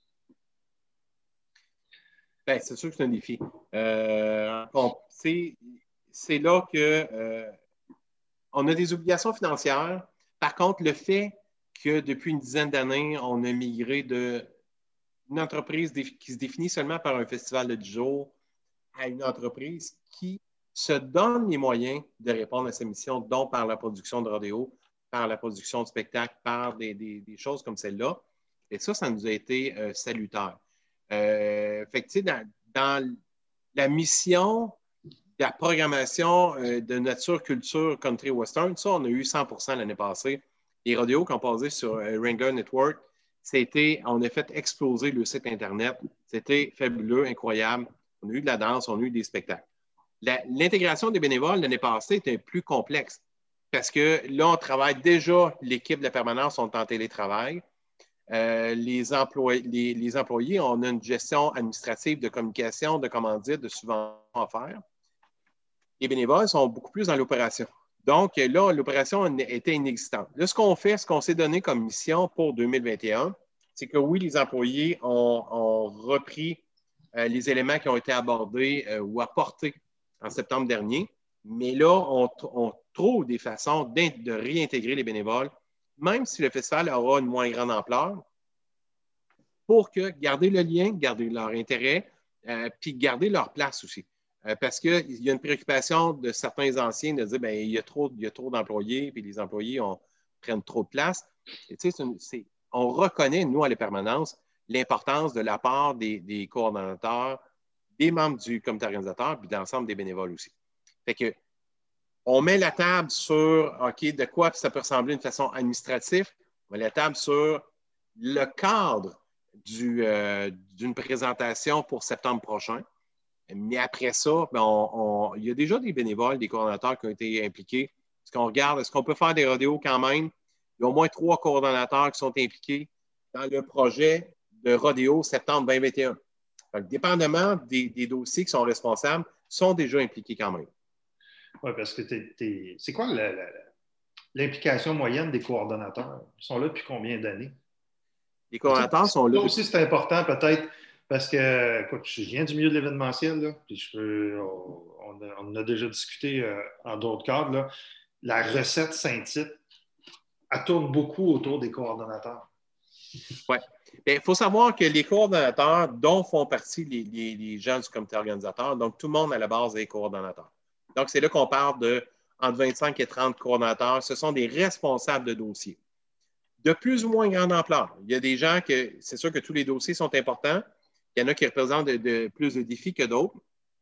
Bien, c'est sûr que c'est un défi. Euh, bon, c'est là que euh, on a des obligations financières Par contre, le fait que depuis une dizaine d'années, on a migré d'une entreprise qui se définit seulement par un festival de dix jours à une entreprise qui se donne les moyens de répondre à sa mission, dont par la production de rodéo, par la production de spectacles, par des, des, des choses comme celle-là. Et ça, ça nous a été euh, salutaire. Euh, fait que, tu sais, dans, dans la mission de la programmation euh, de nature, culture, country, western, ça, on a eu cent pour cent l'année passée. Les rodéos qui ont passé sur euh, Ranger Network, c'était, on a fait exploser le site Internet. C'était fabuleux, incroyable. On a eu de la danse, on a eu des spectacles. La, l'intégration des bénévoles l'année passée était plus complexe parce que là, on travaille déjà, l'équipe de la permanence sont en télétravail. Euh, les, employés, les, les employés, on a une gestion administrative de communication, de commandite, de subventions à faire. Les bénévoles sont beaucoup plus dans l'opération. Donc là, l'opération était inexistante. Là, ce qu'on fait, ce qu'on s'est donné comme mission pour deux mille vingt et un, c'est que oui, les employés ont, ont repris euh, les éléments qui ont été abordés euh, ou apportés en septembre dernier, mais là, on, on trouve des façons de réintégrer les bénévoles, même si le festival aura une moins grande ampleur, pour que garder le lien, garder leur intérêt, euh, puis garder leur place aussi. Euh, parce qu'il y a une préoccupation de certains anciens de dire bien, il y a trop, il y a trop d'employés, puis les employés ont, prennent trop de place. Et, c'est une, c'est, on reconnaît, nous, à la permanence, l'importance de la part des, des coordonnateurs, des membres du comité organisateur, puis de l'ensemble des bénévoles aussi. Fait que on met la table sur, OK, de quoi ça peut ressembler d'une façon administrative. On met la table sur le cadre du, euh, d'une présentation pour septembre prochain. Mais après ça, ben on, on, il y a déjà des bénévoles, des coordonnateurs qui ont été impliqués. Est-ce qu'on regarde, est-ce qu'on peut faire des rodéos quand même? Il y a au moins trois coordonnateurs qui sont impliqués dans le projet de rodéo septembre deux mille vingt et un. Donc, dépendamment des, des dossiers qui sont responsables, sont déjà impliqués quand même. Oui, parce que t'es, t'es... c'est quoi la, la, l'implication moyenne des coordonnateurs? Ils sont là depuis combien d'années? Les coordonnateurs sont là. Ça aussi, c'est important peut-être parce que, écoute, je viens du milieu de l'événementiel, là, puis je peux, on, a, on a déjà discuté euh, en d'autres cadres. Là. La recette Saint-Tite, elle tourne beaucoup autour des coordonnateurs. Oui. Il faut savoir que les coordonnateurs, dont font partie les, les, les gens du comité organisateur, donc tout le monde à la base est coordonnateur. Donc, c'est là qu'on parle de entre vingt-cinq et trente coordonnateurs. Ce sont des responsables de dossiers. De plus ou moins grande ampleur. Il y a des gens que, c'est sûr que tous les dossiers sont importants. Il y en a qui représentent de, de, plus de défis que d'autres.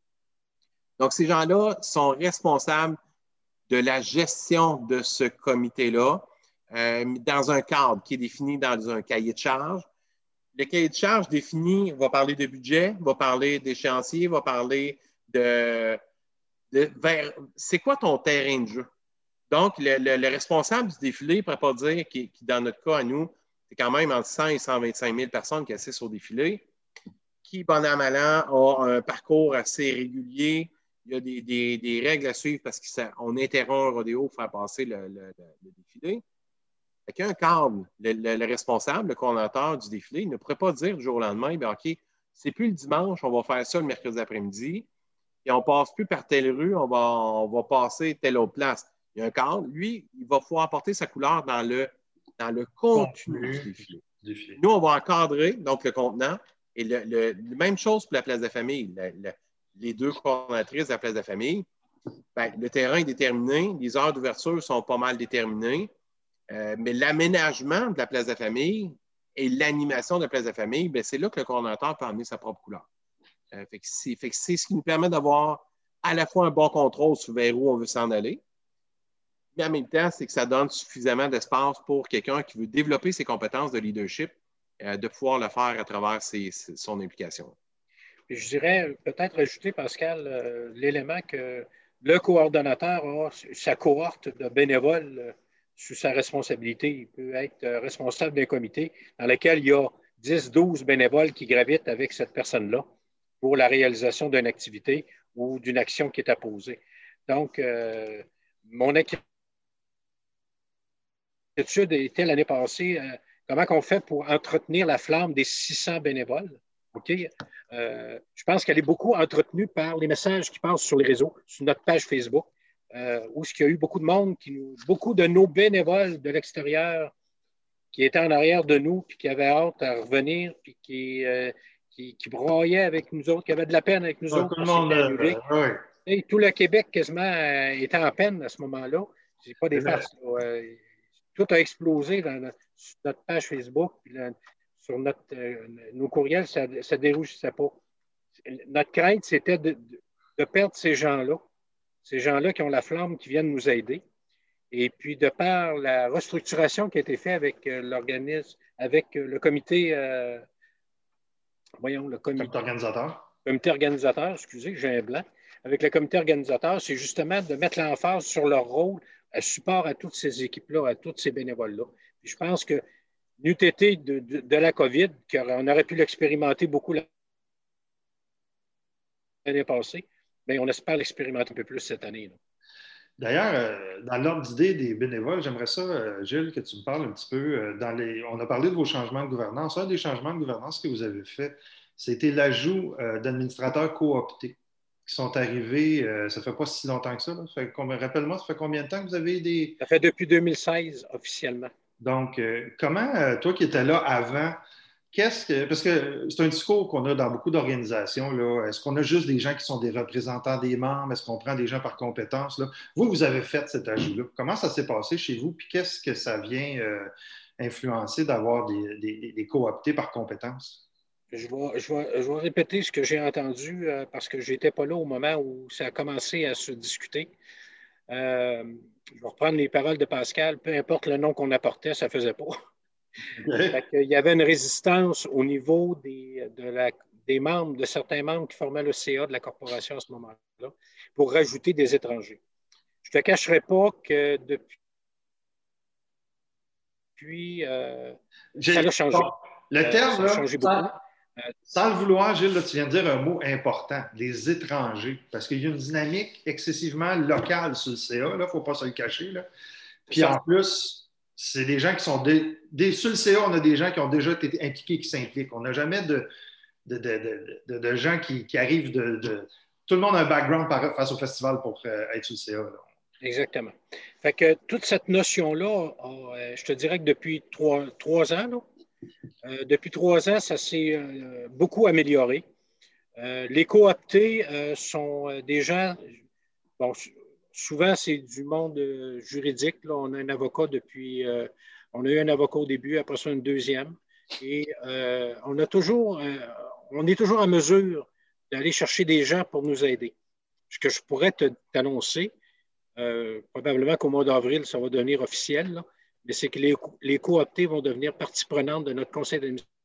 Donc, ces gens-là sont responsables de la gestion de ce comité-là euh, dans un cadre qui est défini dans un cahier de charge. Le cahier de charge défini va parler de budget, va parler d'échéancier, va parler de... de vers, c'est quoi ton terrain de jeu? Donc, le, le, le responsable du défilé ne pourrait pas dire, qui, qui, dans notre cas, à nous, c'est quand même entre cent et cent vingt-cinq mille personnes qui assistent au défilé, qui, bon an, mal an, a un parcours assez régulier. Il y a des, des, des règles à suivre parce qu'on interrompt un rodéo pour faire passer le, le, le défilé. Fait qu'il y a un cadre. Le, le, le responsable, le coordonnateur du défilé, il ne pourrait pas dire du jour au lendemain, bien, OK, c'est plus le dimanche, on va faire ça le mercredi après-midi, et on ne passe plus par telle rue, on va, on va passer telle autre place. Il y a un cadre. Lui, il va pouvoir apporter sa couleur dans le, dans le contenu du défilé. défilé. Nous, on va encadrer donc le contenant. Et le, le, la même chose pour la place de famille. Le, le, les deux coordonnatrices de la place de famille, bien, le terrain est déterminé, les heures d'ouverture sont pas mal déterminées, euh, mais l'aménagement de la place de famille et l'animation de la place de famille, bien, c'est là que le coordonnateur peut amener sa propre couleur. Euh, fait que c'est, fait que c'est ce qui nous permet d'avoir à la fois un bon contrôle sur vers où on veut s'en aller, mais en même temps, c'est que ça donne suffisamment d'espace pour quelqu'un qui veut développer ses compétences de leadership, euh, de pouvoir le faire à travers ses, ses, son implication. Puis je dirais peut-être ajouter, Pascal, euh, l'élément que le coordonnateur a sa cohorte de bénévoles euh, sous sa responsabilité. Il peut être euh, responsable d'un comité dans lequel il y a dix douze bénévoles qui gravitent avec cette personne-là pour la réalisation d'une activité ou d'une action qui est apposée. Donc, euh, mon inquiétude était l'année passée, euh, comment on fait pour entretenir la flamme des six cents bénévoles? OK? Euh, je pense qu'elle est beaucoup entretenue par les messages qui passent sur les réseaux, sur notre page Facebook. euh, où il y a eu beaucoup de monde, qui nous, beaucoup de nos bénévoles de l'extérieur qui étaient en arrière de nous, puis qui avaient hâte à revenir, puis qui, euh, qui, qui braillaient avec nous autres, qui avaient de la peine avec nous Ouais, autres. tout le Parce que monde. c'était annulé. Euh, ouais. Et tout le Québec quasiment euh, était en peine à ce moment-là. C'est pas des Mais- farces. là. Euh, tout a explosé dans notre, sur notre page Facebook, puis là, sur notre, euh, nos courriels, ça ne dérougissait pas. Notre crainte, c'était de, de, de perdre ces gens-là, ces gens-là qui ont la flamme, qui viennent nous aider. Et puis, de par la restructuration qui a été faite avec euh, l'organisme, avec euh, le comité, euh, voyons, le comité, Comité organisateur. comité organisateur, excusez, j'ai un blanc, avec le comité organisateur, c'est justement de mettre l'emphase sur leur rôle à support à toutes ces équipes-là, à tous ces bénévoles-là. Puis je pense que n'eût été de, de, de la COVID, qu'on aurait pu l'expérimenter beaucoup l'année passée, mais on espère l'expérimenter un peu plus cette année. Là. D'ailleurs, euh, dans l'ordre d'idée des bénévoles, j'aimerais ça, euh, Gilles, que tu me parles un petit peu. Euh, dans les... On a parlé de vos changements de gouvernance. Un des changements de gouvernance que vous avez fait, c'était l'ajout euh, d'administrateurs cooptés qui sont arrivés, euh, ça ne fait pas si longtemps que ça. Là. Ça fait combien... Rappelle-moi, ça fait combien de temps que vous avez des... Ça fait depuis deux mille seize, officiellement. Donc, euh, comment, euh, toi qui étais là avant, qu'est-ce que... Parce que c'est un discours qu'on a dans beaucoup d'organisations, là. Est-ce qu'on a juste des gens qui sont des représentants des membres? Est-ce qu'on prend des gens par compétence, là? Vous, vous avez fait cet ajout-là. Comment ça s'est passé chez vous? Puis qu'est-ce que ça vient euh, influencer d'avoir des, des, des cooptés par compétence? Je vais, je, vais, je vais répéter ce que j'ai entendu euh, parce que je n'étais pas là au moment où ça a commencé à se discuter. Euh, je vais reprendre les paroles de Pascal. Peu importe le nom qu'on apportait, ça ne faisait pas. Okay. Il y avait une résistance au niveau des, de la, des membres, de certains membres qui formaient le C A de la corporation à ce moment-là, pour rajouter des étrangers. Je ne te cacherai pas que depuis, depuis euh, ça a changé. Le terme, euh, ça a changé beaucoup. Ça... Sans le vouloir, Gilles, là, tu viens de dire un mot important, les étrangers, parce qu'il y a une dynamique excessivement locale sur le C A, il ne faut pas se le cacher. Là. Puis en plus, c'est des gens qui sont... Des, des, sur le C A, on a des gens qui ont déjà été impliqués, qui s'impliquent. On n'a jamais de, de, de, de, de, de gens qui, qui arrivent de, de... Tout le monde a un background par, face au festival pour euh, être sur le C A. Là. Exactement. Fait que toute cette notion-là, euh, je te dirais que depuis trois, trois ans, là, Euh, depuis trois ans, ça s'est euh, beaucoup amélioré. Euh, les cooptés euh, sont euh, des gens, bon, souvent c'est du monde euh, juridique. Là. On a un avocat depuis, euh, on a eu un avocat au début, après ça un deuxième. Et euh, on a toujours, euh, on est toujours en mesure d'aller chercher des gens pour nous aider. Ce que je pourrais te, t'annoncer, euh, probablement qu'au mois d'avril, ça va devenir officiel, là. Mais c'est que les, les cooptés vont devenir partie prenante de notre conseil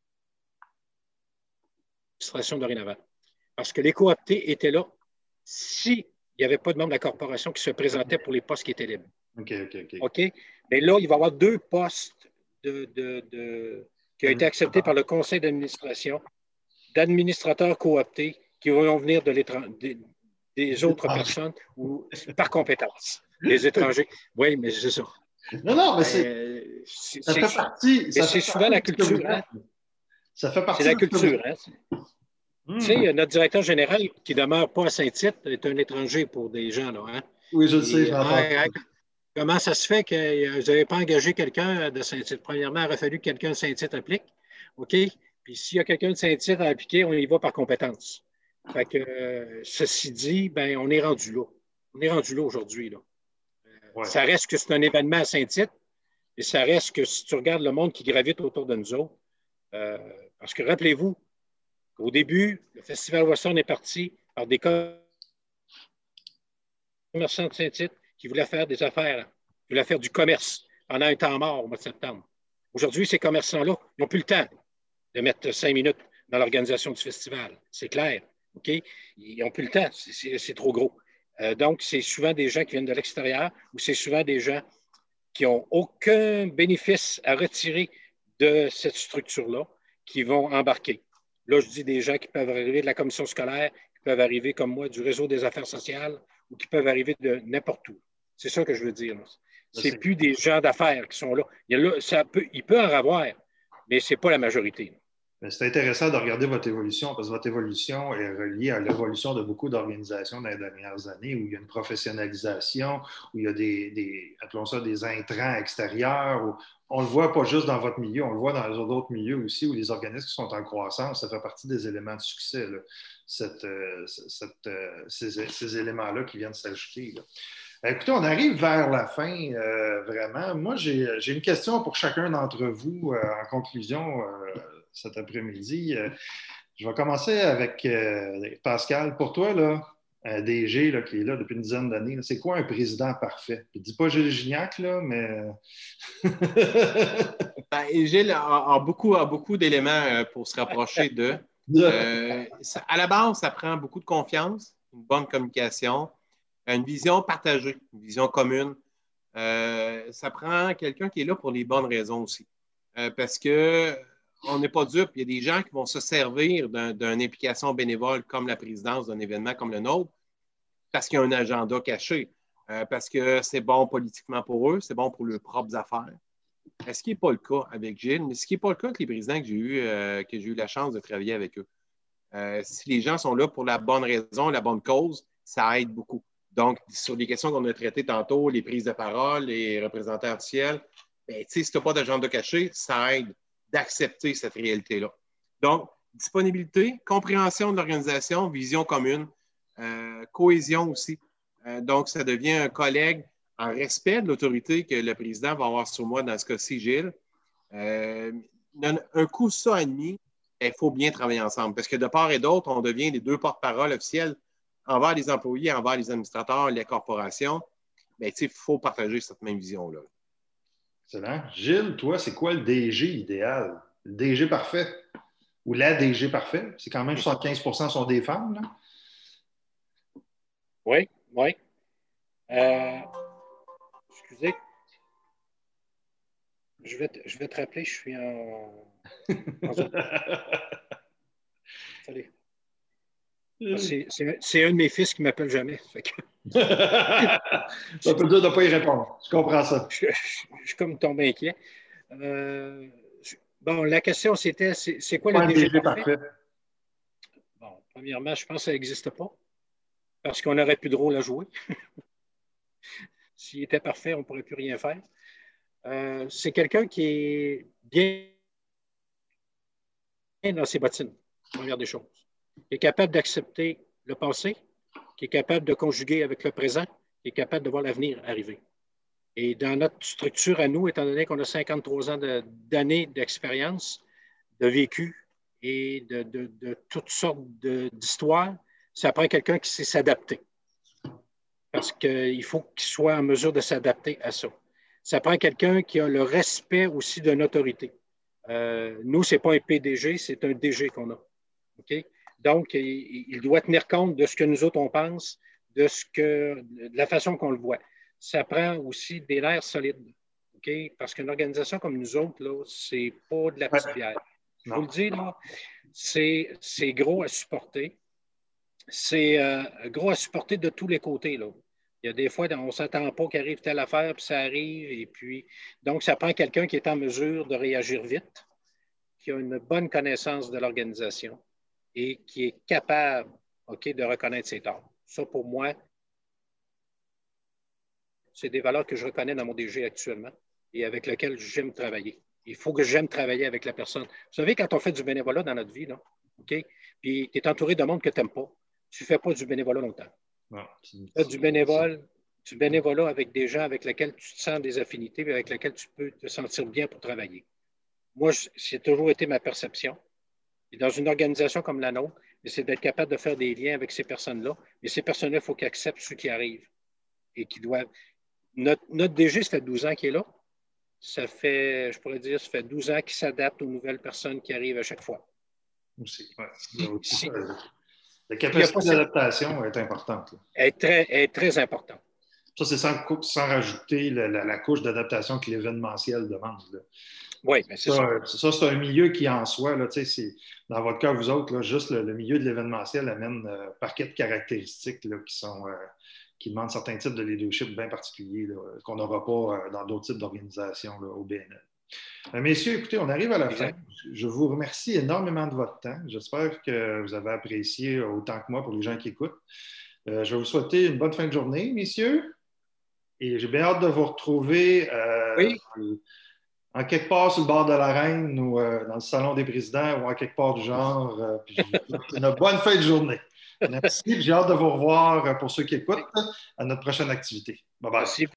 d'administration dorénavant. Parce que les cooptés étaient là s'il n'y avait pas de membres de la corporation qui se présentaient pour les postes qui étaient libres. OK, OK, OK. OK? Mais là, il va y avoir deux postes de, de, de, qui ont été acceptés par le conseil d'administration d'administrateurs cooptés qui vont venir de des, des autres personnes ou par compétence. Les étrangers. Oui, mais c'est ça. Non, non, mais c'est, euh, c'est, ça fait partie. Ça c'est fait souvent partie la culture. Hein? Ça fait partie c'est la culture. Hein? Hmm. Tu sais, notre directeur général qui ne demeure pas à Saint-Tite est un étranger pour des gens. Là, hein? Oui, je le Et, sais. ah, comment ça se fait que vous n'avez pas engagé quelqu'un de Saint-Tite? Premièrement, il aurait fallu que quelqu'un de Saint-Tite applique. OK? Puis s'il y a quelqu'un de Saint-Tite à appliquer, on y va par compétence. Fait que, euh, ceci dit, ben, on est rendu là. On est rendu là aujourd'hui. Là. Ouais. Ça reste que c'est un événement à Saint-Tite, et ça reste que si tu regardes le monde qui gravite autour de nous autres, euh, parce que rappelez-vous, au début, le Festival Western est parti par des commerçants de Saint-Tite qui voulaient faire des affaires, qui voulaient faire du commerce pendant un temps mort au mois de septembre. Aujourd'hui, ces commerçants-là, ils n'ont plus le temps de mettre cinq minutes dans l'organisation du festival. C'est clair. OK? Ils n'ont plus le temps. C'est, c'est, c'est trop gros. Euh, donc, c'est souvent des gens qui viennent de l'extérieur ou c'est souvent des gens qui n'ont aucun bénéfice à retirer de cette structure-là qui vont embarquer. Là, je dis des gens qui peuvent arriver de la commission scolaire, qui peuvent arriver comme moi du réseau des affaires sociales ou qui peuvent arriver de n'importe où. C'est ça que je veux dire. Là. C'est, c'est plus des gens d'affaires qui sont là. Il, y a là ça peut, il peut en avoir, mais ce n'est pas la majorité. Mais c'est intéressant de regarder votre évolution parce que votre évolution est reliée à l'évolution de beaucoup d'organisations dans les dernières années où il y a une professionnalisation, où il y a des, des appelons ça des intrants extérieurs. Où on le voit pas juste dans votre milieu, on le voit dans les autres milieux aussi où les organismes qui sont en croissance, ça fait partie des éléments de succès, là. Cette, euh, cette, euh, ces, ces éléments-là qui viennent s'ajouter, là. Écoutez, on arrive vers la fin, euh, vraiment. Moi, j'ai, j'ai une question pour chacun d'entre vous euh, en conclusion euh, cet après-midi. Euh, je vais commencer avec euh, Pascal. Pour toi, là, un D G là, qui est là depuis une dizaine d'années, là, c'est quoi un président parfait? Je ne dis pas Gilles Gignac, là, mais... Ben, et Gilles a, a beaucoup, a beaucoup d'éléments euh, pour se rapprocher d'eux. Euh, ça- à la base, ça prend beaucoup de confiance, une bonne communication, une vision partagée, une vision commune. Euh, ça prend quelqu'un qui est là pour les bonnes raisons aussi. Euh, parce que on n'est pas dupe. Il y a des gens qui vont se servir d'un- d'une implication bénévole comme la présidence d'un événement comme le nôtre parce qu'il y a un agenda caché, euh, parce que c'est bon politiquement pour eux, c'est bon pour leurs propres affaires. Ce qui n'est pas le cas avec Gilles, mais ce qui n'est pas le cas avec les présidents que j'ai eu, euh, que j'ai eu la chance de travailler avec eux. Euh, si les gens sont là pour la bonne raison, la bonne cause, ça aide beaucoup. Donc, sur les questions qu'on a traitées tantôt, les prises de parole, les représentants officiels, ben, si tu n'as pas d'agenda caché, ça aide d'accepter cette réalité-là. Donc, disponibilité, compréhension de l'organisation, vision commune, euh, cohésion aussi. Euh, donc, ça devient un collègue en respect de l'autorité que le président va avoir sur moi, dans ce cas-ci, Gilles. Euh, un coup ça et demi, il faut bien travailler ensemble parce que de part et d'autre, on devient les deux porte-parole officiels envers les employés, envers les administrateurs, les corporations. Mais il faut partager cette même vision-là. Excellent. Gilles, toi, c'est quoi le D G idéal? Le D G parfait? Ou la D G parfait? C'est quand même soixante-quinze pour cent sont des femmes, là? Oui, oui. Euh, excusez, je vais, te, je vais te rappeler, je suis en. en Salut. C'est, c'est, c'est un de mes fils qui ne m'appelle jamais. Fait que... Ça peut dire de ne pas y répondre. Je comprends ça. Je, je, je suis comme tombé inquiet. Euh, bon, la question, c'était c'est, c'est quoi Pas le un D G D G parfait? parfait. Bon, premièrement, je pense que ça n'existe pas parce qu'on n'aurait plus de rôle à jouer. S'il était parfait, on ne pourrait plus rien faire. Euh, c'est quelqu'un qui est bien dans ses bottines, première des choses. Qui est capable d'accepter le passé, qui est capable de conjuguer avec le présent, qui est capable de voir l'avenir arriver. Et dans notre structure à nous, étant donné qu'on a cinquante-trois ans de, d'années d'expérience, de vécu et de, de, de toutes sortes de, d'histoires, ça prend quelqu'un qui sait s'adapter. Parce qu'il faut qu'il soit en mesure de s'adapter à ça. Ça prend quelqu'un qui a le respect aussi d'une autorité. Euh, nous, ce n'est pas un P D G, c'est un D G qu'on a. Okay? Donc, il, il doit tenir compte de ce que nous autres, on pense, de, ce que, de la façon qu'on le voit. Ça prend aussi des nerfs solides. Okay? Parce qu'une organisation comme nous autres, là, c'est pas de la petite bière. Je vous le dis, là, c'est, c'est gros à supporter. C'est euh, gros à supporter de tous les côtés, là. Il y a des fois, on ne s'attend pas qu'arrive telle affaire, puis ça arrive. Et puis, donc, ça prend quelqu'un qui est en mesure de réagir vite, qui a une bonne connaissance de l'organisation et qui est capable, OK, de reconnaître ses torts. Ça, pour moi, c'est des valeurs que je reconnais dans mon D G actuellement et avec lesquelles j'aime travailler. Il faut que j'aime travailler avec la personne. Vous savez, quand on fait du bénévolat dans notre vie, là, OK, puis tu es entouré de monde que tu n'aimes pas, tu ne fais pas du bénévolat longtemps. Non, tu fais du bénévolat, du bénévolat avec des gens avec lesquels tu te sens des affinités et avec lesquels tu peux te sentir bien pour travailler. Moi, c'est toujours été ma perception. Et dans une organisation comme la nôtre, c'est d'être capable de faire des liens avec ces personnes-là. Et ces personnes-là, il faut qu'ils acceptent ce qui arrive et qui doivent. Notre, notre D G, ça fait douze ans qu'il est là. Ça fait, je pourrais dire, ça fait douze ans qu'il s'adapte aux nouvelles personnes qui arrivent à chaque fois. Aussi, ouais. Aussi si, la capacité d'adaptation est importante. Là. Elle est très, elle est très importante. Ça, c'est sans, sans rajouter la, la, la couche d'adaptation que l'événementiel demande. Là. Oui, mais c'est ça. Ça, ça c'est un milieu qui, en soi, là, c'est, dans votre cas, vous autres, là, juste le, le milieu de l'événementiel amène un euh, paquet de caractéristiques là, qui, sont, euh, qui demandent certains types de leadership bien particuliers là, qu'on n'aura pas euh, dans d'autres types d'organisations là, au B N L. Euh, messieurs, écoutez, on arrive à la Exact. fin. Je vous remercie énormément de votre temps. J'espère que vous avez apprécié autant que moi pour les gens qui écoutent. Euh, je vais vous souhaiter une bonne fin de journée, messieurs. Et j'ai bien hâte de vous retrouver euh, Oui. en quelque part sur le bord de la Reine ou euh, dans le salon des présidents ou en quelque part du genre. Euh, puis je vous souhaite une bonne fin de journée. Merci. J'ai hâte de vous revoir, pour ceux qui écoutent, à notre prochaine activité. Bye bye. Merci.